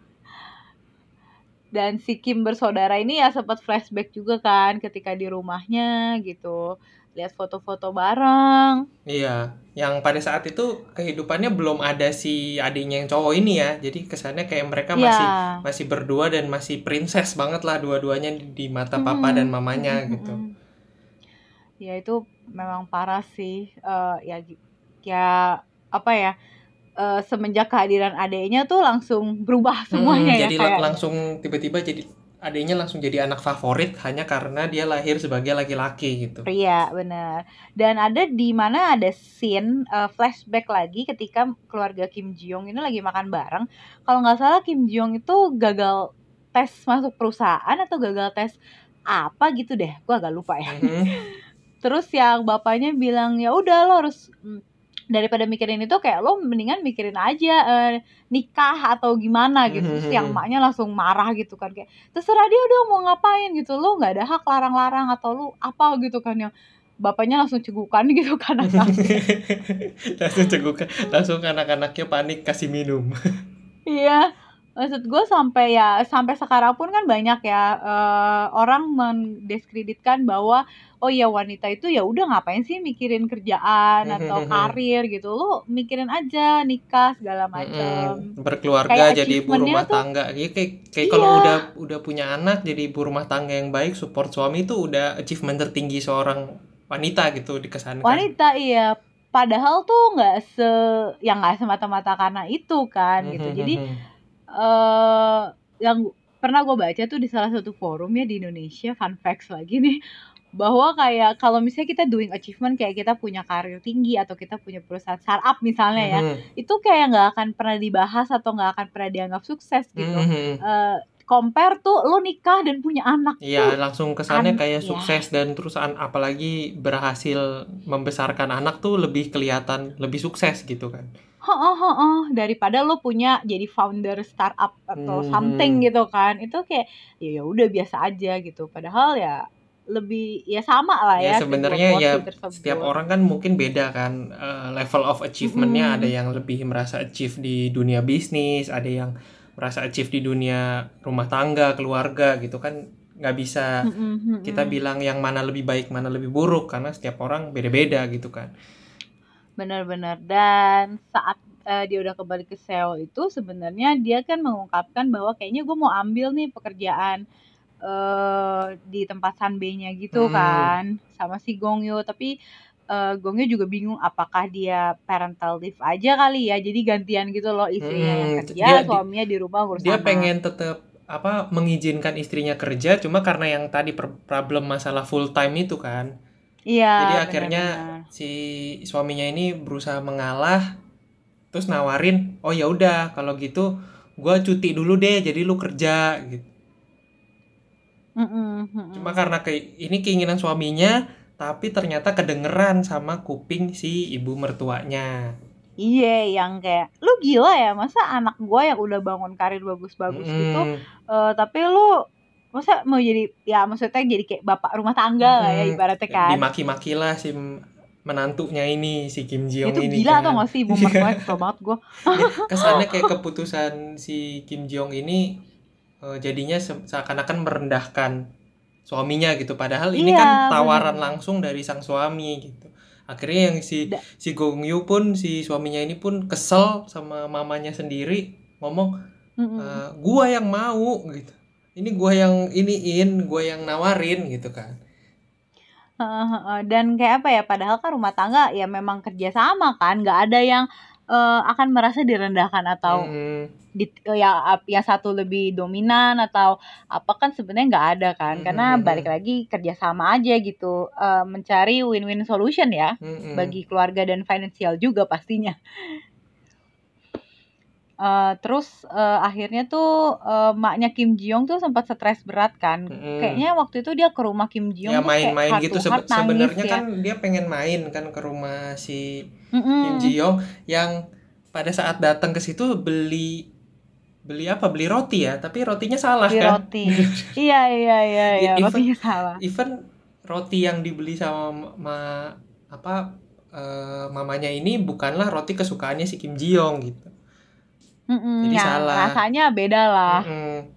S1: Dan si Kim bersaudara ini ya sempat flashback juga kan ketika di rumahnya gitu, lihat foto-foto bareng.
S2: Iya, yang pada saat itu kehidupannya belum ada si adiknya yang cowok ini ya. Jadi kesannya kayak mereka masih
S1: Ya.
S2: masih berdua dan masih princess banget lah dua-duanya di mata papa dan
S1: Mm-mm,
S2: mamanya
S1: mm-mm,
S2: gitu.
S1: mm-mm. Ya itu memang parah sih. Eh, ya ya apa ya? eh, semenjak kehadiran adeknya tuh langsung berubah
S2: Mm-mm,
S1: semuanya ya
S2: jadi la-
S1: kayaknya.
S2: langsung tiba-tiba jadi adiknya langsung jadi anak favorit hanya karena dia lahir sebagai laki-laki gitu.
S1: Pria, benar. Dan ada di mana ada scene uh, flashback lagi ketika keluarga Kim Ji Young ini lagi makan bareng. Kalau nggak salah Kim Ji Young itu gagal tes masuk perusahaan atau gagal tes apa gitu deh. Gua agak lupa ya.
S2: Mm-hmm.
S1: Terus yang bapaknya bilang ya udah lo harus mm, daripada mikirin itu kayak lo mendingan mikirin aja uh, nikah atau gimana gitu. Terus yang
S2: Mm-hmm.
S1: emaknya langsung marah gitu kan kayak terserah dia udah mau ngapain gitu, lo nggak ada hak larang-larang atau lo apa gitu kan, yang bapaknya langsung cegukan gitu kan anaknya.
S2: Langsung cegukan, langsung anak-anaknya panik kasih minum.
S1: Iya, maksud gue sampai ya sampai sekarang pun kan banyak ya uh, orang mendiskreditkan bahwa oh ya wanita itu ya udah ngapain sih mikirin kerjaan atau karir gitu, lo mikirin aja nikah segala macam.
S2: Mm-mm. Berkeluarga
S1: Kayak
S2: jadi ibu rumah
S1: achievementnya tuh
S2: tangga. Ya, kayak kayak kalau udah
S1: iya
S2: udah punya anak jadi ibu rumah tangga yang baik, support suami itu udah achievement tertinggi seorang wanita gitu dikesankan.
S1: wanita iya. Padahal tuh nggak se yang nggak semata-mata karena itu kan gitu. Jadi eh yang pernah gue baca tuh di salah satu forum ya di Indonesia, fun facts lagi nih, bahwa kayak kalau misalnya kita doing achievement kayak kita punya karir tinggi atau kita punya perusahaan startup misalnya ya, itu kayak nggak akan pernah dibahas atau nggak akan pernah dianggap sukses gitu. Uh, compare tuh lo nikah dan punya anak
S2: Iya,
S1: tuh
S2: langsung kesannya
S1: an
S2: kayak
S1: ya
S2: sukses dan terus an- apalagi berhasil membesarkan anak tuh lebih kelihatan lebih sukses gitu kan.
S1: Heeh, heeh, daripada lo punya jadi founder startup atau something
S2: Hmm.
S1: gitu kan. Itu kayak ya ya udah biasa aja gitu. Padahal ya lebih ya sama lah
S2: Ya
S1: ya kedua
S2: sebenarnya ya
S1: porsi
S2: setiap
S1: tersebut.
S2: orang kan mungkin beda kan eh, level of achievement-nya, ada
S1: Mm-mm.
S2: yang lebih merasa achieve di dunia bisnis, ada yang merasa achieve di dunia rumah tangga, keluarga gitu kan, nggak bisa
S1: Mm-mm,
S2: kita
S1: mm-mm.
S2: bilang yang mana lebih baik mana lebih buruk karena setiap orang beda-beda gitu kan.
S1: Benar-benar. Dan saat eh, dia udah kembali ke Seoul itu sebenarnya dia kan mengungkapkan bahwa kayaknya gue mau ambil nih pekerjaan eh di tempat Sanbei-nya gitu
S2: Hmm.
S1: kan sama si Gongyo, tapi eh, Gongyo juga bingung apakah dia parental leave aja kali ya, jadi gantian gitu loh, istrinya yang
S2: Hmm. Dia
S1: kerja
S2: di-
S1: suaminya di rumah ngurus
S2: dia
S1: anak.
S2: pengen tetap apa mengizinkan istrinya kerja cuma karena yang tadi per- problem masalah full time itu kan. Jadi
S1: Iya
S2: akhirnya
S1: benar-benar.
S2: si suaminya ini berusaha mengalah, terus nawarin, oh ya udah kalau gitu gue cuti dulu deh, jadi lu kerja gitu.
S1: Mm-mm,
S2: Cuma
S1: mm-mm.
S2: karena ke ini keinginan suaminya, tapi ternyata kedengeran sama kuping si ibu mertuanya.
S1: Iya yang kayak lu gila ya, masa anak gue yang udah bangun karir bagus-bagus gitu
S2: Mm-mm.
S1: eh, tapi lu masa mau jadi ya maksudnya jadi kayak bapak rumah tangga lah ya
S2: Mm-mm.
S1: ibaratnya kan.
S2: Dimaki-maki lah si menantunya ini, si Kim Ji Young
S1: Itu
S2: ini
S1: gila atau
S2: kan.
S1: gak sih ibu mertuanya, kesel banget gue.
S2: Dia kesannya kayak keputusan si Kim Ji Young ini eh, jadinya se- seakan-akan merendahkan suaminya gitu, padahal ini kan
S1: Iya
S2: tawaran
S1: bener-bener.
S2: langsung dari sang suami gitu. Akhirnya yang si
S1: Da-
S2: si Gong Yoo pun si suaminya ini pun kesel sama mamanya sendiri, ngomong
S1: mm-mm.
S2: e, gua yang mau gitu, ini gua yang iniin, gua yang nawarin gitu kan.
S1: Heeh, heeh. Dan kayak apa ya, padahal kan rumah tangga ya memang kerja sama kan, nggak ada yang eh, akan merasa direndahkan atau
S2: Hmm,
S1: di, eh, ya ap- yang satu lebih dominan atau apa, kan sebenarnya nggak ada kan,
S2: hmm,
S1: karena
S2: hmm, hmm,
S1: balik lagi kerja sama aja gitu, eh, mencari win-win solution ya
S2: hmm, hmm.
S1: bagi keluarga dan finansial juga pastinya. Eh, terus eh, akhirnya tuh eh, maknya Kim Ji Young tuh sempat stres berat kan.
S2: Hmm.
S1: Kayaknya waktu itu dia ke rumah Kim Ji
S2: Ya
S1: Young terus kayak
S2: main-main
S1: heart
S2: gitu.
S1: to heart
S2: Sebe-
S1: nangis
S2: sebenarnya
S1: ya.
S2: kan dia pengen main kan ke rumah si Kim
S1: Mm-mm.
S2: Ji Young, yang pada saat datang ke situ beli beli apa? Beli roti ya, tapi rotinya salah
S1: Beli
S2: kan?
S1: roti. Iya iya iya iya,
S2: even
S1: rotinya salah.
S2: even roti yang dibeli sama ma, apa eh, mamanya ini bukanlah roti kesukaannya si Kim Ji Young gitu.
S1: Mm-mm,
S2: Jadi
S1: yang
S2: salah.
S1: rasanya beda lah.
S2: Mm-mm.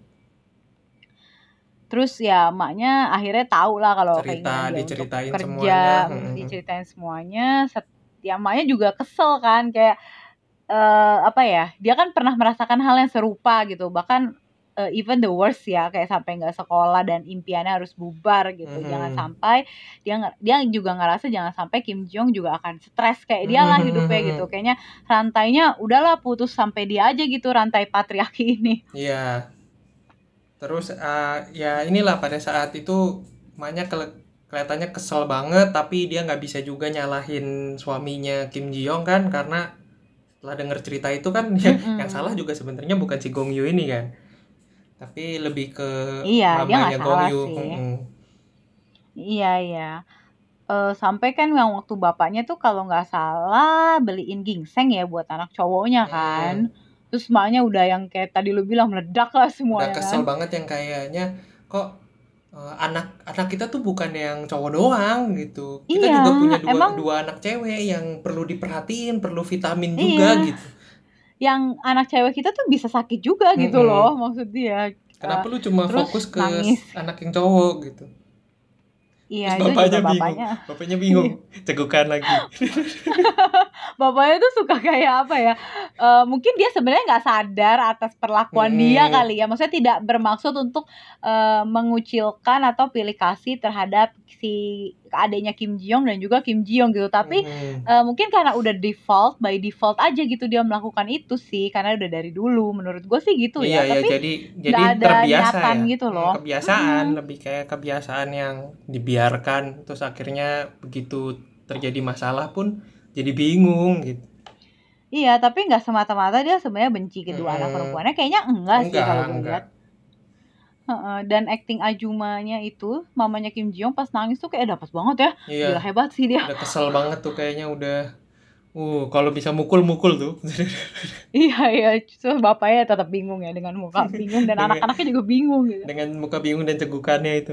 S1: Terus ya emaknya akhirnya tahu lah kalau
S2: Cerita
S1: keinginan dia untuk
S2: diceritain semuanya.
S1: kerja,
S2: Mm-mm.
S1: diceritain semuanya. Set- Ya emaknya juga kesel kan, kayak eh, apa ya? Dia kan pernah merasakan hal yang serupa gitu, bahkan eh, even the worst ya, kayak sampai nggak sekolah dan impiannya harus bubar gitu. Jangan
S2: Mhm.
S1: sampai dia nggak- dia juga ngerasa jangan sampai Kim Jong juga akan stres kayak dia lah hidupnya gitu.
S2: Mhm.
S1: Kayaknya rantainya udahlah putus sampai dia aja gitu, rantai patriarki ini.
S2: Iya. Terus uh, ya inilah pada saat itu emaknya kele- kelihatannya kesel banget, tapi dia nggak bisa juga nyalahin suaminya Kim Ji Young kan, karena setelah denger cerita itu kan ya, yang salah
S1: Mm-mm.
S2: juga sebenarnya bukan si Gong Yoo ini kan, tapi lebih ke
S1: Iya, dia nggak
S2: mamanya Gong
S1: salah
S2: Yoo.
S1: sih.
S2: Mhm.
S1: Iya, iya. Eh, sampai kan yang waktu bapaknya tuh kalau nggak salah beliin ginseng ya buat anak cowoknya kan.
S2: Mhm.
S1: Terus maknya udah yang kayak tadi lu bilang meledak lah
S2: Udah
S1: semuanya kan.
S2: kesel banget yang kayaknya kok uh, anak anak kita tuh bukan yang cowok doang gitu. Kita
S1: Iya,
S2: juga punya dua
S1: emang
S2: dua anak cewek yang perlu diperhatiin, perlu vitamin juga
S1: iya.
S2: gitu.
S1: Yang anak cewek kita tuh bisa sakit juga gitu loh
S2: Mm-mm.
S1: maksud dia. Eh,
S2: Kenapa lu cuma
S1: terus
S2: fokus ke
S1: nangis.
S2: anak yang cowok gitu?
S1: Iya,
S2: Terus
S1: itu juga
S2: bapaknya bingung,
S1: bapaknya.
S2: bapaknya bingung, cegukan lagi.
S1: Bapaknya tuh suka kayak apa ya, eh, mungkin dia sebenarnya nggak sadar atas perlakuan dia
S2: Mm-mm.
S1: kali ya, maksudnya tidak bermaksud untuk eh, mengucilkan atau pilih kasih terhadap si adiknya Kim Ji Young dan juga Kim Ji Young gitu, tapi
S2: Mm-mm.
S1: eh, mungkin karena udah default, by default aja gitu dia melakukan itu sih, karena udah dari dulu menurut gue sih gitu
S2: Iya
S1: ya,
S2: ya,
S1: tapi
S2: jadi jadi
S1: nggak ada
S2: terbiasa
S1: niatan
S2: ya.
S1: gitu
S2: Hmm,
S1: loh.
S2: kebiasaan,
S1: Mm-mm.
S2: lebih kayak kebiasaan yang dibiarkan, terus akhirnya begitu terjadi masalah pun jadi bingung gitu.
S1: Iya, tapi nggak semata-mata dia sebenarnya benci kedua anak
S2: Mm-mm.
S1: perempuannya, kayaknya enggak sih
S2: Enggak,
S1: kalau gue
S2: enggak.
S1: lihat. Heeh, dan acting Ajumanya itu, mamanya Kim Ji Young pas nangis tuh kayak dapat banget ya.
S2: Iya,
S1: Gila hebat sih dia.
S2: udah kesel banget tuh kayaknya udah. Uh, kalau bisa mukul-mukul tuh.
S1: Iya iya, terus bapaknya tetap bingung ya dengan muka bingung dan
S2: dengan
S1: anak-anaknya juga bingung gitu.
S2: dengan muka bingung dan cegukannya itu.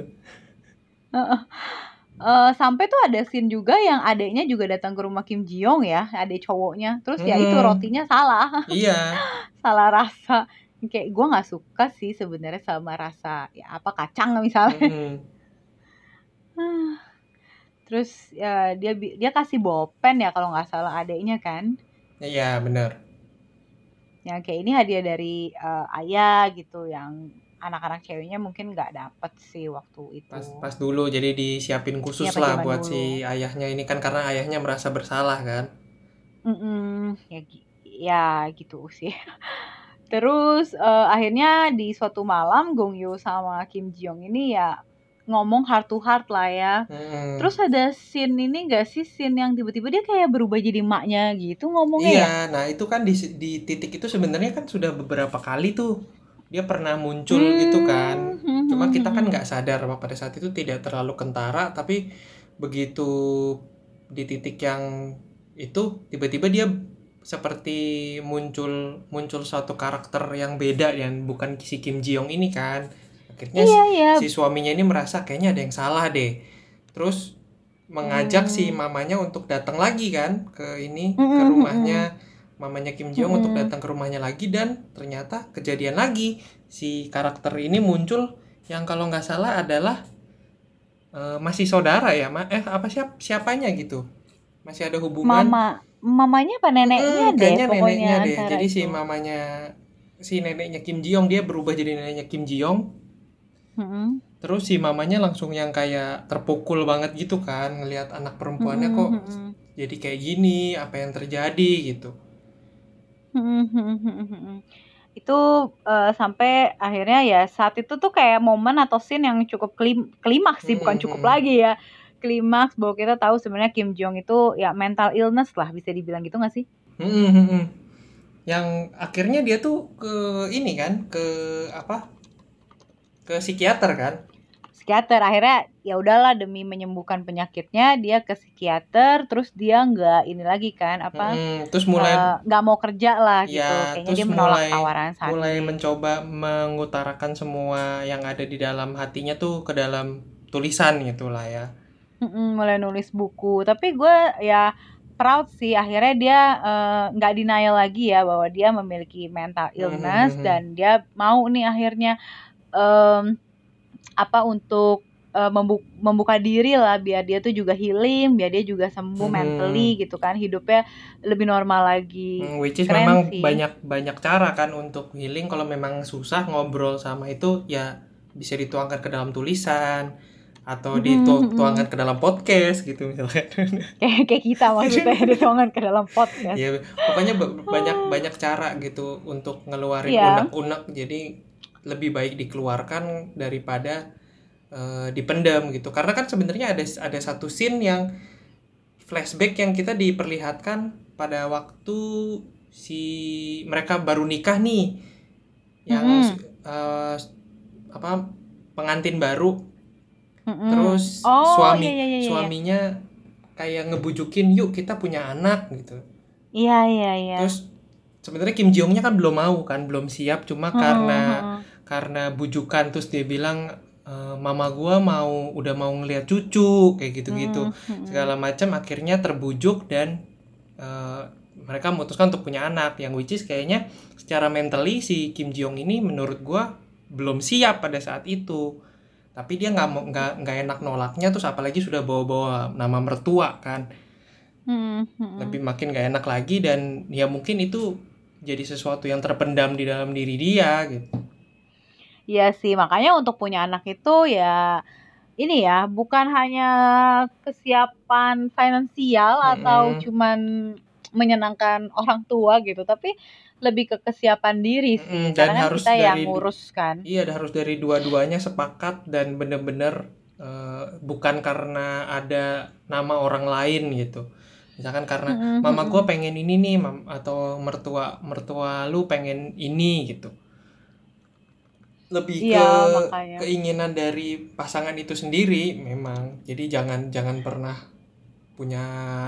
S1: Heeh. Eh, sampai tuh ada scene juga yang adeknya juga datang ke rumah Kim Ji Young ya, adek cowoknya. Terus ya itu
S2: Hmm,
S1: rotinya salah,
S2: iya.
S1: salah rasa. Kayak gue nggak suka sih sebenarnya sama rasa ya apa kacang misalnya.
S2: Mm-mm.
S1: Terus ya dia bi- dia kasih bolpen ya kalau nggak salah adeknya kan.
S2: Iya, benar.
S1: Yang kayak ini hadiah dari eh, ayah gitu, yang anak-anak ceweknya mungkin nggak dapet sih waktu itu.
S2: Pas pas dulu jadi disiapin khusus
S1: Iya pas
S2: lah
S1: zaman
S2: buat
S1: dulu.
S2: si ayahnya ini kan karena ayahnya merasa bersalah kan.
S1: Mm-mm, ya, gi- ya gitu sih. Terus eh, akhirnya di suatu malam Gong Yoo sama Kim Ji Young ini ya ngomong heart to heart lah ya.
S2: Mm-mm.
S1: Terus ada scene ini gak sih, scene yang tiba-tiba dia kayak berubah jadi emaknya gitu ngomongnya
S2: Iya,
S1: ya?
S2: nah itu kan di di titik itu sebenarnya kan sudah beberapa kali tuh dia pernah muncul gitu kan.
S1: Hmm, hmm,
S2: Cuma
S1: hmm,
S2: kita kan
S1: hmm,
S2: nggak sadar bahwa pada saat itu tidak terlalu kentara, tapi begitu di titik yang itu tiba-tiba dia seperti muncul muncul suatu karakter yang beda dan bukan si Kim Ji Young ini kan. Akhirnya
S1: iya
S2: si,
S1: iya.
S2: si suaminya ini merasa kayaknya ada yang salah deh. Terus mengajak si
S1: Hmm,
S2: mamanya untuk datang lagi kan ke ini
S1: hmm,
S2: ke
S1: hmm, hmm, hmm,
S2: rumahnya mamanya Kim Ji Young untuk
S1: hmm.
S2: datang ke rumahnya lagi dan ternyata kejadian lagi si karakter ini muncul yang kalau nggak salah adalah eh, masih saudara ya ma eh apa siap siapanya gitu masih ada hubungan.
S1: Mama, mamanya apa neneknya
S2: Mm-mm,
S1: deh
S2: kayaknya
S1: pokoknya
S2: neneknya deh
S1: antara
S2: jadi si
S1: itu.
S2: mamanya si neneknya Kim Ji Young dia berubah jadi neneknya Kim Ji Young.
S1: Hmm,
S2: Terus si mamanya langsung yang kayak terpukul banget gitu kan ngelihat anak
S1: hmm,
S2: perempuannya
S1: hmm,
S2: kok
S1: hmm, hmm.
S2: jadi kayak gini, apa yang terjadi gitu.
S1: Hmm, hmm, hmm, hmm, hmm. Itu eh, sampai akhirnya ya saat itu tuh kayak momen atau scene yang cukup klim klimaks sih, bukan cukup
S2: Hmm,
S1: lagi ya, klimaks bahwa kita tahu sebenarnya Kim Jong itu ya mental illness lah bisa dibilang gitu nggak sih?
S2: hmm, hmm, hmm, hmm. Yang akhirnya dia tuh ke ini kan, ke apa? Ke psikiater kan?
S1: psikiater. Akhirnya ya udahlah demi menyembuhkan penyakitnya dia ke psikiater, terus dia nggak ini lagi kan apa
S2: Mm-mm. Terus mulai
S1: eh, nggak mau kerja lah gitu.
S2: ya,
S1: Kayaknya
S2: terus
S1: dia menolak
S2: mulai
S1: tawaran
S2: mulai
S1: Sandy.
S2: mencoba mengutarakan semua yang ada di dalam hatinya tuh ke dalam tulisan gitu lah ya.
S1: Mm-mm, mulai nulis buku. Tapi gue ya proud sih akhirnya dia eh, nggak denial lagi ya bahwa dia memiliki mental illness dan dia mau nih akhirnya em, apa untuk eh, membu- membuka diri lah biar dia tuh juga healing, biar dia juga sembuh
S2: Hmm.
S1: mentally gitu kan, hidupnya lebih normal lagi.
S2: Hmm, which is
S1: Keren
S2: memang
S1: sih.
S2: banyak banyak cara kan untuk healing. Kalau memang susah ngobrol sama itu ya bisa dituangkan ke dalam tulisan atau dituangkan ke dalam podcast gitu misalnya.
S1: Kayak kayak kita maksudnya dituangkan ke dalam podcast.
S2: Ya pokoknya ba- banyak banyak cara gitu untuk ngeluarin
S1: Iya.
S2: unek-unek. Jadi lebih baik dikeluarkan daripada eh, dipendam gitu. Karena kan sebenarnya ada ada satu scene yang flashback yang kita diperlihatkan pada waktu si mereka baru nikah nih, yang
S1: Mm-mm.
S2: eh, apa pengantin baru.
S1: Mm-mm.
S2: Terus
S1: Oh,
S2: suami
S1: iya, iya, iya, iya.
S2: suaminya kayak ngebujukin yuk kita punya anak gitu.
S1: Iya, iya, iya.
S2: Terus sebenarnya Kim Ji Youngnya kan belum mau kan, belum siap, cuma
S1: Mm-mm,
S2: karena
S1: mm-mm.
S2: karena bujukan terus dia bilang e, mama gua mau udah mau ngeliat cucu kayak gitu-gitu.
S1: Mm-mm.
S2: Segala macam akhirnya terbujuk dan uh, mereka memutuskan untuk punya anak, yang which is kayaknya secara mentally si Kim Ji Young ini menurut gua belum siap pada saat itu. Tapi dia nggak mau nggak nggak enak nolaknya, terus apalagi sudah bawa-bawa nama mertua kan.
S1: Mm-mm.
S2: Lebih makin gak enak lagi, dan ya mungkin itu jadi sesuatu yang terpendam di dalam diri dia gitu.
S1: Iya sih, makanya untuk punya anak itu ya ini ya, bukan hanya kesiapan finansial
S2: Mm-mm.
S1: atau cuman menyenangkan orang tua gitu, tapi lebih ke kesiapan diri sih.
S2: Mm-mm. Dan
S1: Karena kan
S2: harus
S1: kita yang
S2: dari
S1: ngurus kan.
S2: iya harus dari dua-duanya sepakat dan bener-bener uh, bukan karena ada nama orang lain gitu. Misalkan karena
S1: Mm-mm,
S2: mama
S1: mm-mm.
S2: gue pengen ini nih, mam, atau mertua mertua lu pengen ini gitu. Lebih
S1: Iya,
S2: ke
S1: makanya.
S2: keinginan dari pasangan itu sendiri memang. Jadi jangan jangan pernah punya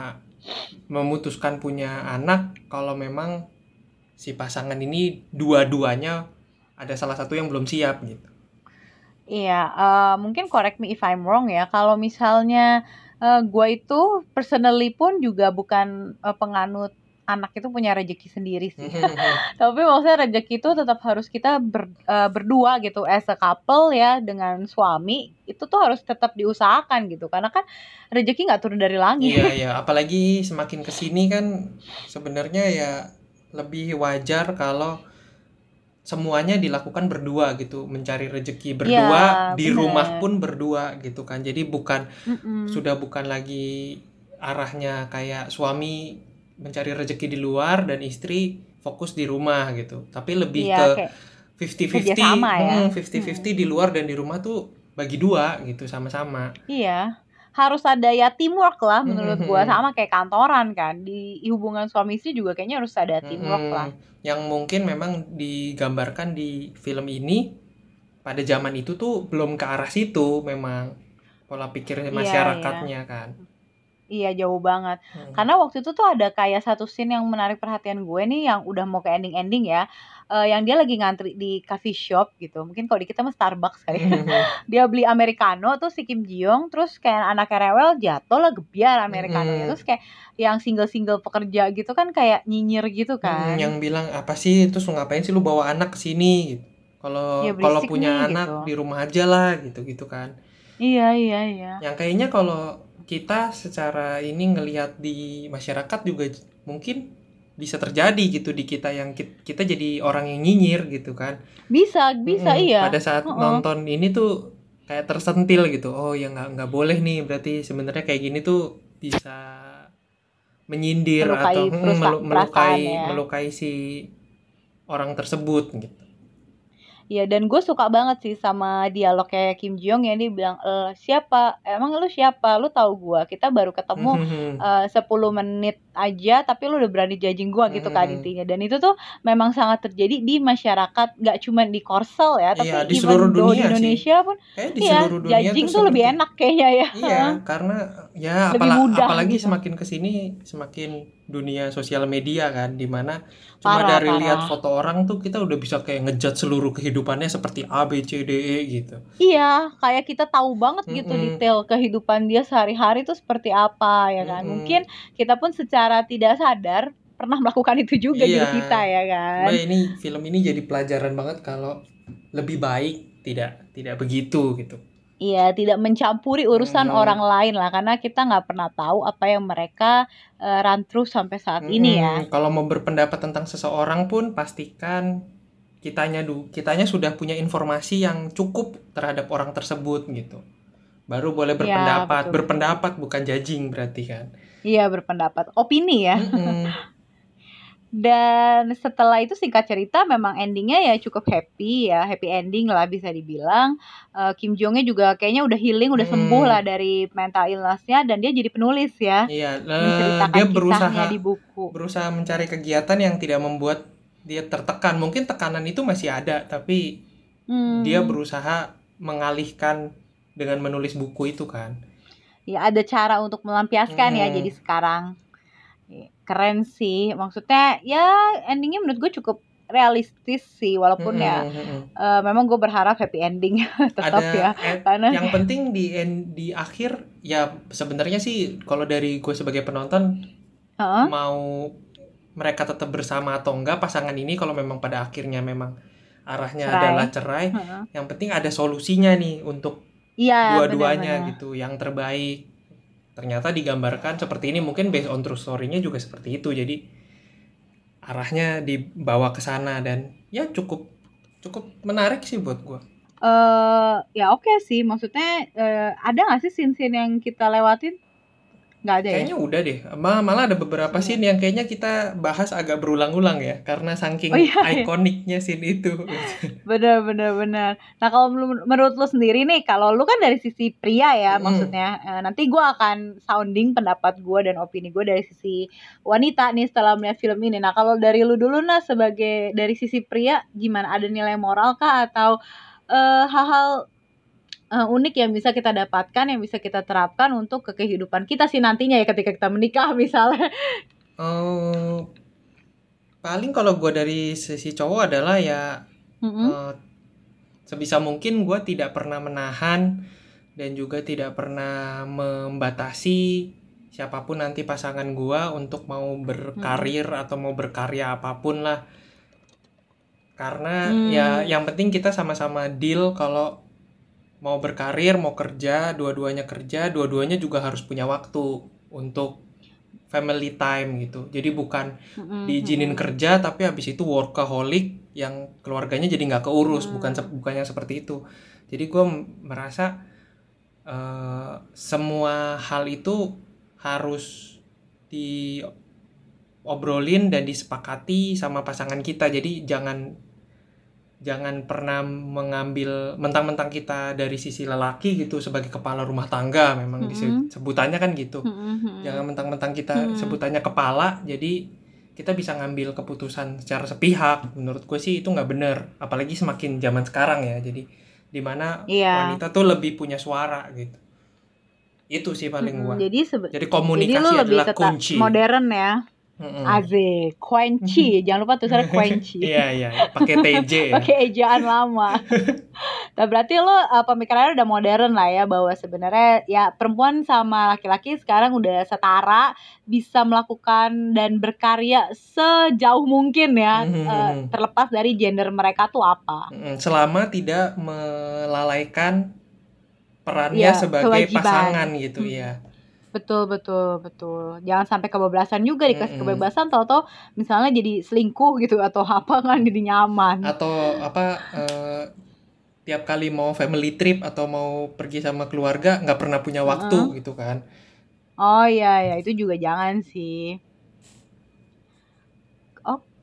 S2: memutuskan punya anak kalau memang si pasangan ini dua-duanya ada salah satu yang belum siap gitu.
S1: Iya, eh, mungkin correct me if I'm wrong ya. Kalau misalnya eh, gue itu personally pun juga bukan eh, penganut anak itu punya rezeki sendiri sih. Tapi maksudnya rezeki itu tetap harus kita ber, eh, berdua gitu, as a couple ya dengan suami itu tuh harus tetap diusahakan gitu. Karena kan rezeki nggak turun dari langit.
S2: Iya ya, apalagi semakin kesini kan sebenarnya ya lebih wajar kalau semuanya dilakukan berdua gitu, mencari rezeki berdua,
S1: Iya,
S2: di
S1: bener.
S2: rumah pun berdua gitu kan. Jadi bukan
S1: Mm-mm.
S2: sudah bukan lagi arahnya kayak suami mencari rezeki di luar dan istri fokus di rumah gitu. Tapi lebih
S1: Iya,
S2: ke
S1: kayak
S2: fifty fifty,
S1: kerjasama ya.
S2: hmm, fifty fifty di luar dan di rumah tuh bagi dua gitu sama-sama.
S1: Iya, harus ada ya teamwork lah menurut
S2: Hmm.
S1: gua, sama kayak kantoran kan. Di hubungan suami istri juga kayaknya harus ada teamwork
S2: Hmm.
S1: lah.
S2: Yang mungkin memang digambarkan di film ini pada zaman itu tuh belum ke arah situ memang pola pikirnya
S1: Iya,
S2: masyarakatnya
S1: iya.
S2: kan.
S1: Iya, jauh banget.
S2: Hmm.
S1: Karena waktu itu tuh ada kayak satu scene yang menarik perhatian gue nih, yang udah mau ke ending-ending ya. Eh, yang dia lagi ngantri di coffee shop gitu. Mungkin kalau di kita mah Starbucks kali ya. Dia beli americano tuh si Kim Ji Young, terus kayak anaknya rewel jatuh lah gebiar americanonya.
S2: Hmm.
S1: Terus kayak yang single-single pekerja gitu kan kayak nyinyir gitu
S2: Hmm,
S1: kan.
S2: yang bilang apa sih, terus lu ngapain sih lu bawa anak ke sini gitu. Kalau
S1: Ya
S2: kalau
S1: berisik
S2: punya
S1: nih
S2: anak
S1: gitu.
S2: di rumah aja lah gitu-gitu kan.
S1: Iya, iya, iya.
S2: Yang kayaknya kalau kita secara ini ngelihat di masyarakat juga j- mungkin bisa terjadi gitu di kita, yang kit- kita jadi orang yang nyinyir gitu kan.
S1: Bisa, bisa
S2: Mm-mm.
S1: iya.
S2: Pada saat
S1: Heeh.
S2: nonton ini tuh kayak tersentil gitu. Oh ya nggak nggak boleh nih, berarti sebenarnya kayak gini tuh bisa menyindir
S1: Melukai
S2: atau hmm,
S1: perusa-
S2: melu- melukai
S1: perasaan ya.
S2: melukai si orang tersebut gitu.
S1: Iya, dan gue suka banget sih sama dialog kayak Kim Ji Young yang dia bilang, e, siapa? Emang lu siapa? Lu tahu gue? Kita baru ketemu uh, sepuluh menit aja, tapi lu udah berani judging gue gitu kan intinya. Dan itu tuh memang sangat terjadi di masyarakat, nggak cuma di Korsel ya, tapi
S2: iya, di
S1: even
S2: seluruh
S1: though
S2: dunia
S1: di Indonesia
S2: sih.
S1: pun,
S2: Kayak di
S1: iya,
S2: seluruh dunia
S1: judging
S2: tuh
S1: tuh lebih
S2: seperti-
S1: enak kayaknya ya.
S2: Iya, karena ya
S1: Lebih
S2: apala-
S1: mudah
S2: apalagi
S1: gitu.
S2: semakin kesini semakin dunia sosial media kan, dimana cuma
S1: Parah,
S2: dari
S1: parah.
S2: lihat foto orang tuh kita udah bisa kayak ngejudge seluruh kehidupannya seperti A, B, C, D, E gitu.
S1: Iya, kayak kita tahu banget gitu
S2: Mm-mm.
S1: detail kehidupan dia sehari-hari tuh seperti apa ya kan.
S2: Mm-mm.
S1: Mungkin kita pun secara tidak sadar pernah melakukan itu juga
S2: Iya.
S1: diri kita ya kan.
S2: Mbak, ini film ini jadi pelajaran banget kalau lebih baik tidak tidak begitu gitu.
S1: Iya, tidak mencampuri urusan
S2: Hmm.
S1: orang lain lah, karena kita nggak pernah tahu apa yang mereka uh, run through sampai saat
S2: Mm-mm.
S1: ini ya.
S2: Kalau mau berpendapat tentang seseorang pun pastikan kitanya du kitanya sudah punya informasi yang cukup terhadap orang tersebut gitu. Baru boleh berpendapat.
S1: betul,
S2: berpendapat bukan judging berarti kan.
S1: Iya, berpendapat, opini ya.
S2: Mm-mm.
S1: Dan setelah itu singkat cerita memang endingnya ya cukup happy ya, happy ending lah bisa dibilang. uh, Kim Ji Youngnya juga kayaknya udah healing, udah
S2: Hmm.
S1: sembuh lah dari mental illness-nya, dan dia jadi penulis ya,
S2: Iya, eh,
S1: menceritakan
S2: dia
S1: kisahnya
S2: berusaha
S1: di buku.
S2: berusaha mencari kegiatan yang tidak membuat dia tertekan. Mungkin tekanan itu masih ada, tapi
S1: Hmm.
S2: dia berusaha mengalihkan dengan menulis buku itu kan.
S1: Ya ada cara untuk melampiaskan ya,
S2: Hmm.
S1: jadi sekarang keren sih. Maksudnya ya endingnya menurut gue cukup realistis sih, walaupun
S2: Hmm,
S1: ya
S2: hmm, hmm.
S1: uh, memang gue berharap happy ending tetap
S2: Ada
S1: ya,
S2: eh,
S1: karena
S2: yang penting di en- di akhir ya sebenarnya sih kalau dari gue sebagai penonton
S1: Heeh.
S2: mau mereka tetap bersama atau enggak pasangan ini, kalau memang pada akhirnya memang arahnya
S1: Cerai.
S2: adalah cerai,
S1: Heeh.
S2: yang penting ada solusinya nih untuk
S1: Iya,
S2: dua-duanya
S1: benar-benar.
S2: gitu, yang terbaik. Ternyata digambarkan seperti ini, mungkin based on true story-nya juga seperti itu, jadi arahnya dibawa ke sana dan ya cukup cukup menarik sih buat gue.
S1: Eh ya oke sih, maksudnya eh, ada nggak sih scene-scene yang kita lewatin? Nggak ada
S2: Kayaknya
S1: ya?
S2: udah deh, Ma- malah ada beberapa
S1: Semua.
S2: scene yang kayaknya kita bahas agak berulang-ulang ya, karena saking
S1: Oh, iya, iya.
S2: ikoniknya scene itu.
S1: Bener bener bener. Nah kalau menur- menurut lu sendiri nih, kalau lu kan dari sisi pria ya,
S2: Mm-mm.
S1: maksudnya eh, nanti gue akan sounding pendapat gue dan opini gue dari sisi wanita nih setelah melihat film ini. Nah kalau dari lu dulu, nah sebagai dari sisi pria, gimana, ada nilai moral kah atau eh, hal-hal uh, unik yang bisa kita dapatkan, yang bisa kita terapkan untuk ke kehidupan kita sih nantinya ya ketika kita menikah misalnya?
S2: Oh, paling kalau gue dari sisi cowok adalah ya
S1: Mm-mm.
S2: eh, sebisa mungkin gue tidak pernah menahan dan juga tidak pernah membatasi siapapun nanti pasangan gue untuk mau berkarir atau mau berkarya apapun lah. Karena
S1: Hmm.
S2: ya yang penting kita sama-sama deal kalau mau berkarir, mau kerja, dua-duanya kerja, dua-duanya juga harus punya waktu untuk family time gitu. Jadi bukan
S1: Mm-mm,
S2: diizinin
S1: mm-mm.
S2: kerja tapi habis itu workaholic yang keluarganya jadi nggak keurus.
S1: Hmm.
S2: bukan se- bukan yang seperti itu. Jadi gue m- merasa eh, semua hal itu harus diobrolin dan disepakati sama pasangan kita. Jadi jangan jangan pernah mengambil mentang-mentang kita dari sisi lelaki gitu sebagai kepala rumah tangga, memang
S1: Mm-mm.
S2: disebutannya kan gitu.
S1: Mm-mm.
S2: Jangan mentang-mentang kita
S1: Hmm.
S2: sebutannya kepala jadi kita bisa ngambil keputusan secara sepihak. Menurut gue sih itu nggak bener, apalagi semakin zaman sekarang ya, jadi dimana
S1: Iya.
S2: wanita tuh lebih punya suara gitu. Itu sih paling
S1: Mm-mm.
S2: gua.
S1: Jadi sebe-
S2: Jadi
S1: jadi
S2: komunikasi
S1: lu lebih
S2: adalah
S1: tetap
S2: kunci.
S1: modern ya.
S2: Mm-mm.
S1: Azik, Quenchi, jangan lupa tulisannya Quenchi.
S2: Iya iya, pakai T J ya.
S1: Pakai ejaan lama. Nah, berarti lo uh, pemikirannya udah modern lah ya, bahwa sebenarnya ya perempuan sama laki-laki sekarang udah setara, bisa melakukan dan berkarya sejauh mungkin ya,
S2: Mhm.
S1: uh, terlepas dari gender mereka tuh apa.
S2: Mm-mm. Selama tidak melalaikan perannya
S1: Iya,
S2: sebagai
S1: kewajiban.
S2: pasangan gitu
S1: Hmm.
S2: ya.
S1: Betul betul betul. Jangan sampai kebablasan juga, dikasih
S2: Mm-mm.
S1: kebebasan tau-tau misalnya jadi selingkuh gitu atau apa, kan jadi nyaman.
S2: Atau apa eh, tiap kali mau family trip atau mau pergi sama keluarga nggak pernah punya waktu
S1: Uh-uh.
S2: gitu kan.
S1: Oh iya ya, itu juga jangan sih.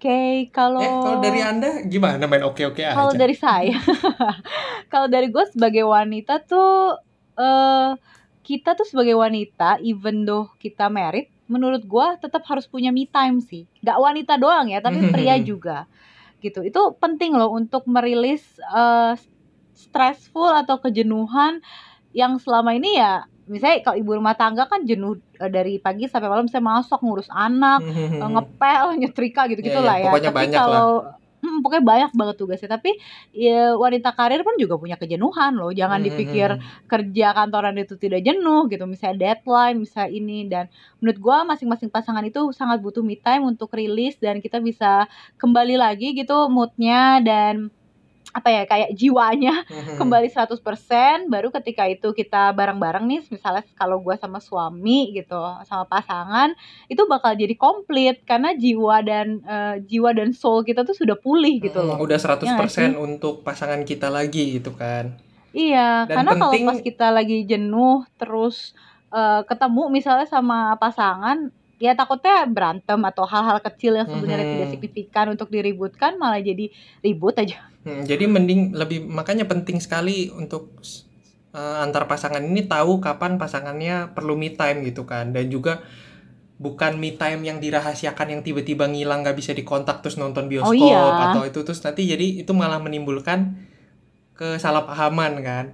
S1: okay, kalau
S2: Eh, kalau dari Anda gimana main oke-oke aja?
S1: Kalau dari saya, kalau dari gue sebagai wanita tuh, uh, kita tuh sebagai wanita, even though kita married, menurut gue tetap harus punya me time sih. Gak wanita doang ya, tapi pria juga. Gitu. Itu penting loh untuk merilis uh, stressful atau kejenuhan yang selama ini ya, misalnya kalau ibu rumah tangga kan jenuh uh, dari pagi sampai malam, bisa masak, ngurus anak, uh, ngepel, nyetrika gitu-gitu
S2: Ya, ya,
S1: lah ya.
S2: pokoknya
S1: Tapi
S2: banyak
S1: kalau
S2: lah.
S1: Hmm, pokoknya banyak banget tugasnya. Tapi ya, wanita karir pun juga punya kejenuhan loh. Jangan dipikir kerja kantoran itu tidak jenuh gitu. Misalnya deadline, misalnya ini. Dan menurut gue masing-masing pasangan itu sangat butuh me time untuk rilis. Dan kita bisa kembali lagi gitu moodnya dan apa ya, kayak jiwanya kembali seratus persen. Baru ketika itu kita bareng-bareng nih, misalnya kalau gue sama suami gitu, sama pasangan, itu bakal jadi komplit karena jiwa dan uh, jiwa dan soul kita tuh sudah pulih gitu loh.
S2: Udah seratus persen
S1: ya
S2: untuk pasangan kita lagi gitu kan.
S1: Iya, dan karena penting, kalau pas kita lagi jenuh terus uh, ketemu misalnya sama pasangan, ya takutnya berantem atau hal-hal kecil yang sebenarnya mm-hmm. tidak signifikan untuk diributkan malah jadi ribut aja.
S2: Hmm, jadi mending lebih, makanya penting sekali untuk uh, antar pasangan ini tahu kapan pasangannya perlu me time gitu kan. Dan juga bukan me time yang dirahasiakan, yang tiba-tiba ngilang gak bisa dikontak terus nonton bioskop oh, iya. atau itu terus nanti jadi itu malah menimbulkan kesalahpahaman kan.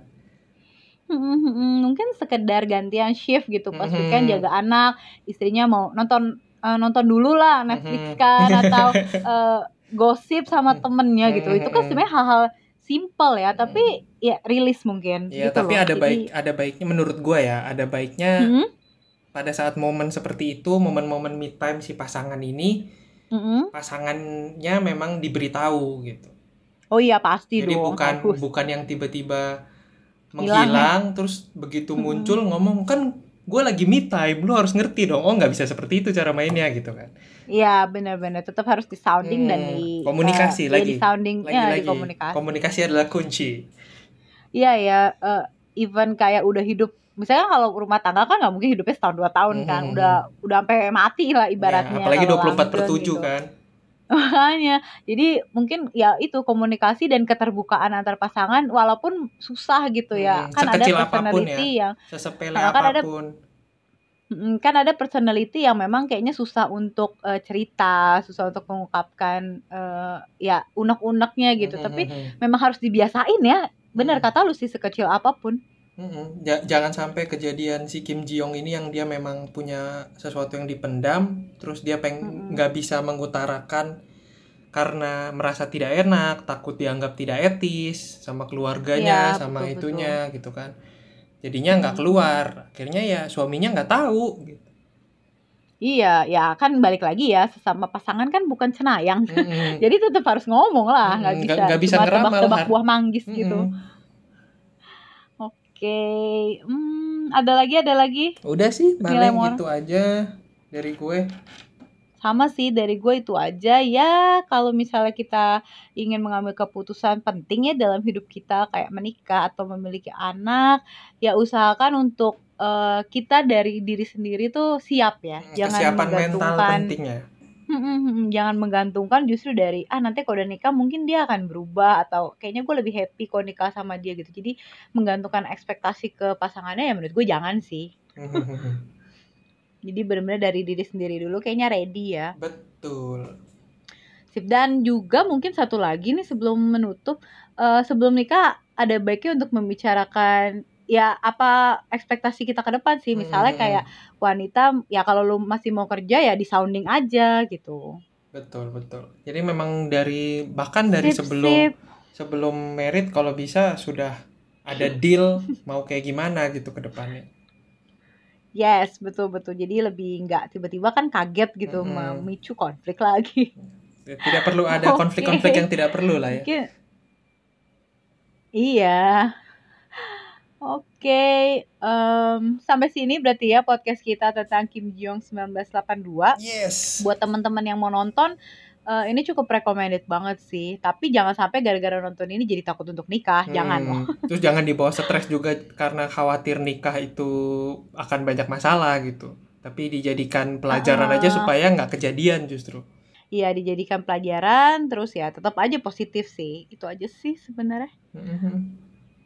S1: Hmm, mungkin sekedar gantian shift gitu pas mm-hmm. weekend jaga anak, istrinya mau nonton uh, nonton dulu lah Netflix kan mm-hmm. atau uh, gosip sama temennya gitu. Itu kan sebenarnya hal-hal simple ya, tapi ya rilis mungkin
S2: ya,
S1: gitu
S2: tapi
S1: loh.
S2: ada
S1: Jadi,
S2: baik ada baiknya menurut gue ya, ada baiknya mm-hmm. pada saat momen seperti itu, momen-momen me time si pasangan ini, mm-hmm. pasangannya memang diberitahu gitu.
S1: Oh iya pasti
S2: Jadi
S1: dong.
S2: bukan
S1: harus.
S2: bukan yang tiba-tiba menghilang ya? Terus begitu mm-hmm. muncul ngomong kan gue lagi me time, lu harus ngerti dong. Oh nggak bisa seperti itu cara mainnya gitu kan.
S1: Iya benar-benar, tetap harus di sounding hmm, dan di
S2: komunikasi uh, lagi.
S1: Ya, di sounding
S2: lagi,
S1: ya
S2: lagi.
S1: di komunikasi.
S2: Komunikasi adalah kunci.
S1: Iya ya, uh, even kayak udah hidup, misalnya kalau rumah tangga kan nggak mungkin hidupnya setahun dua tahun hmm. kan, udah udah sampai mati lah ibaratnya.
S2: Ya, apalagi dua puluh empat per tujuh gitu. Kan.
S1: Makanya, jadi mungkin ya itu komunikasi dan keterbukaan antar pasangan walaupun susah gitu ya.
S2: Hmm,
S1: kan ada
S2: ya.
S1: personality yang
S2: sesepele
S1: kan
S2: apapun.
S1: Ada, kan ada personality yang memang kayaknya susah untuk uh, cerita, susah untuk mengungkapkan uh, ya unek-uneknya gitu. Mm-hmm. Tapi memang harus dibiasain ya. Benar mm-hmm. kata lu sih, sekecil apapun.
S2: Mm-hmm. J- jangan sampai kejadian si Kim Ji Young ini yang dia memang punya sesuatu yang dipendam, terus dia peng nggak mm-hmm. bisa mengutarakan karena merasa tidak enak, takut dianggap tidak etis sama keluarganya, ya, sama betul, itunya betul. Gitu kan. Jadinya nggak keluar, akhirnya ya suaminya nggak tahu gitu.
S1: Iya, ya kan balik lagi ya, sesama pasangan kan bukan cenayang. Mm-hmm. Jadi tetap harus ngomong lah, nggak mm-hmm. bisa,
S2: gak bisa
S1: cuma
S2: ngeramal,
S1: tebak-tebak buah manggis mm-hmm. gitu. Oke, hmm, ada lagi, ada lagi?
S2: Udah sih, paling itu aja dari gue.
S1: Sama sih, dari gue itu aja ya. Kalau misalnya kita ingin mengambil keputusan penting ya dalam hidup kita, kayak menikah atau memiliki anak, ya usahakan untuk uh, kita dari diri sendiri tuh siap ya. Jangan
S2: kesiapan
S1: menggantungkan,
S2: mental pentingnya.
S1: Jangan menggantungkan justru dari ah nanti kalau udah nikah mungkin dia akan berubah, atau kayaknya gue lebih happy kalau nikah sama dia gitu. Jadi menggantungkan ekspektasi ke pasangannya ya menurut gue jangan sih. Jadi benar-benar dari diri sendiri dulu kayaknya ready ya.
S2: Betul.
S1: Sip, dan juga mungkin satu lagi nih sebelum menutup, uh, sebelum nikah ada baiknya untuk membicarakan ya apa ekspektasi kita ke depan sih. Misalnya hmm. kayak wanita ya kalau lu masih mau kerja ya di sounding aja gitu.
S2: Betul, betul. Jadi memang dari bahkan dari sip, sebelum sip. sebelum merit kalau bisa sudah ada deal mau kayak gimana gitu ke depannya.
S1: Yes, betul-betul. Jadi lebih nggak tiba-tiba kan kaget gitu, mm-hmm. memicu konflik lagi.
S2: Tidak perlu ada okay. konflik-konflik yang tidak perlu lah ya.
S1: Mungkin... Iya. Oke, okay. um, sampai sini berarti ya podcast kita tentang Kim Ji Young sembilan belas delapan puluh dua.
S2: Yes.
S1: Buat teman-teman yang mau nonton, uh, ini cukup recommended banget sih. Tapi jangan sampai gara-gara nonton ini jadi takut untuk nikah, hmm. jangan loh.
S2: Terus jangan dibawa stres juga karena khawatir nikah itu akan banyak masalah gitu. Tapi dijadikan pelajaran uh, aja supaya nggak kejadian justru.
S1: ya dijadikan pelajaran, terus ya tetap aja positif sih. Itu aja sih sebenarnya.
S2: Mhm.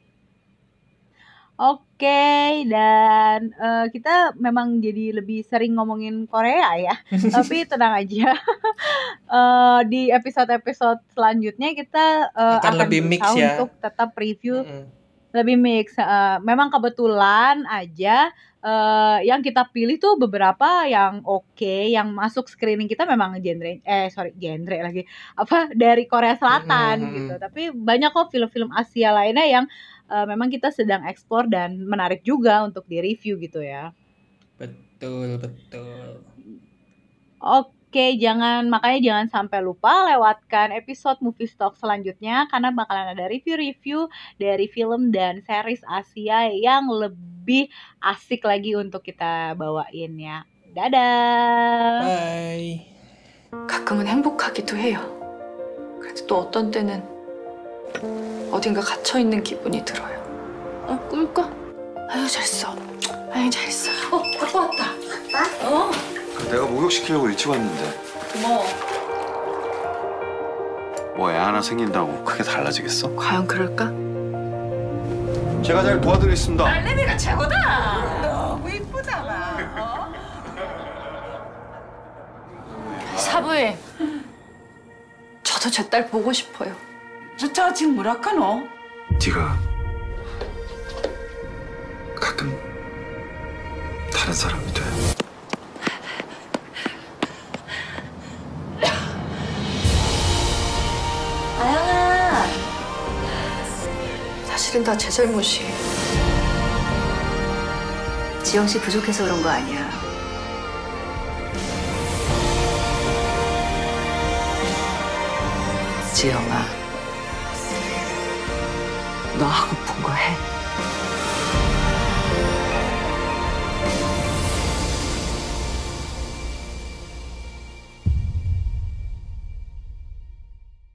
S1: Oke, dan uh, kita memang jadi lebih sering ngomongin Korea ya. Tapi tenang aja, uh, di episode-episode selanjutnya kita uh,
S2: Akan
S1: akan
S2: lebih mix
S1: berusaha
S2: ya.
S1: untuk tetap review
S2: Mhm.
S1: lebih mix. Uh, memang kebetulan aja uh, yang kita pilih tuh beberapa yang oke, yang masuk screening kita memang genre, eh sorry genre lagi apa dari Korea Selatan
S2: Mhm,
S1: gitu.
S2: mhm.
S1: Tapi banyak kok film-film Asia lainnya yang uh, memang kita sedang eksplor dan menarik juga untuk di-review gitu ya.
S2: Betul, betul.
S1: Oke, jangan makanya jangan sampai lupa lewatkan episode Movie Stock selanjutnya karena bakalan ada review-review dari film dan series Asia yang lebih asik lagi untuk kita bawain ya. Dadah.
S2: Bye.
S3: 가끔은 행복하기도 해요. 그래도 또 어떤 때는 어딘가 갇혀 있는 기분이 들어요. 어, 꿀까? 아유 잘했어. 아유 잘했어. 어, 아빠 왔다. 아빠? 어.
S4: 내가 목욕시키려고 일찍 왔는데
S3: 고마워.
S4: 뭐 애 하나 생긴다고 크게 달라지겠어?
S3: 과연 그럴까?
S4: 제가 잘 도와드리겠습니다.
S3: 딸내미가 최고다. 너무 이쁘잖아. 어? 사부인. 저도 제 딸 보고 싶어요.
S5: 저 지금 뭐라카노?
S4: 네가 가끔 다른 사람이 돼.
S3: 아영아. 사실은 다 제 잘못이에요.
S6: 지영 씨 부족해서 그런 거 아니야.
S5: 지영아, 너 하고픈 거 해.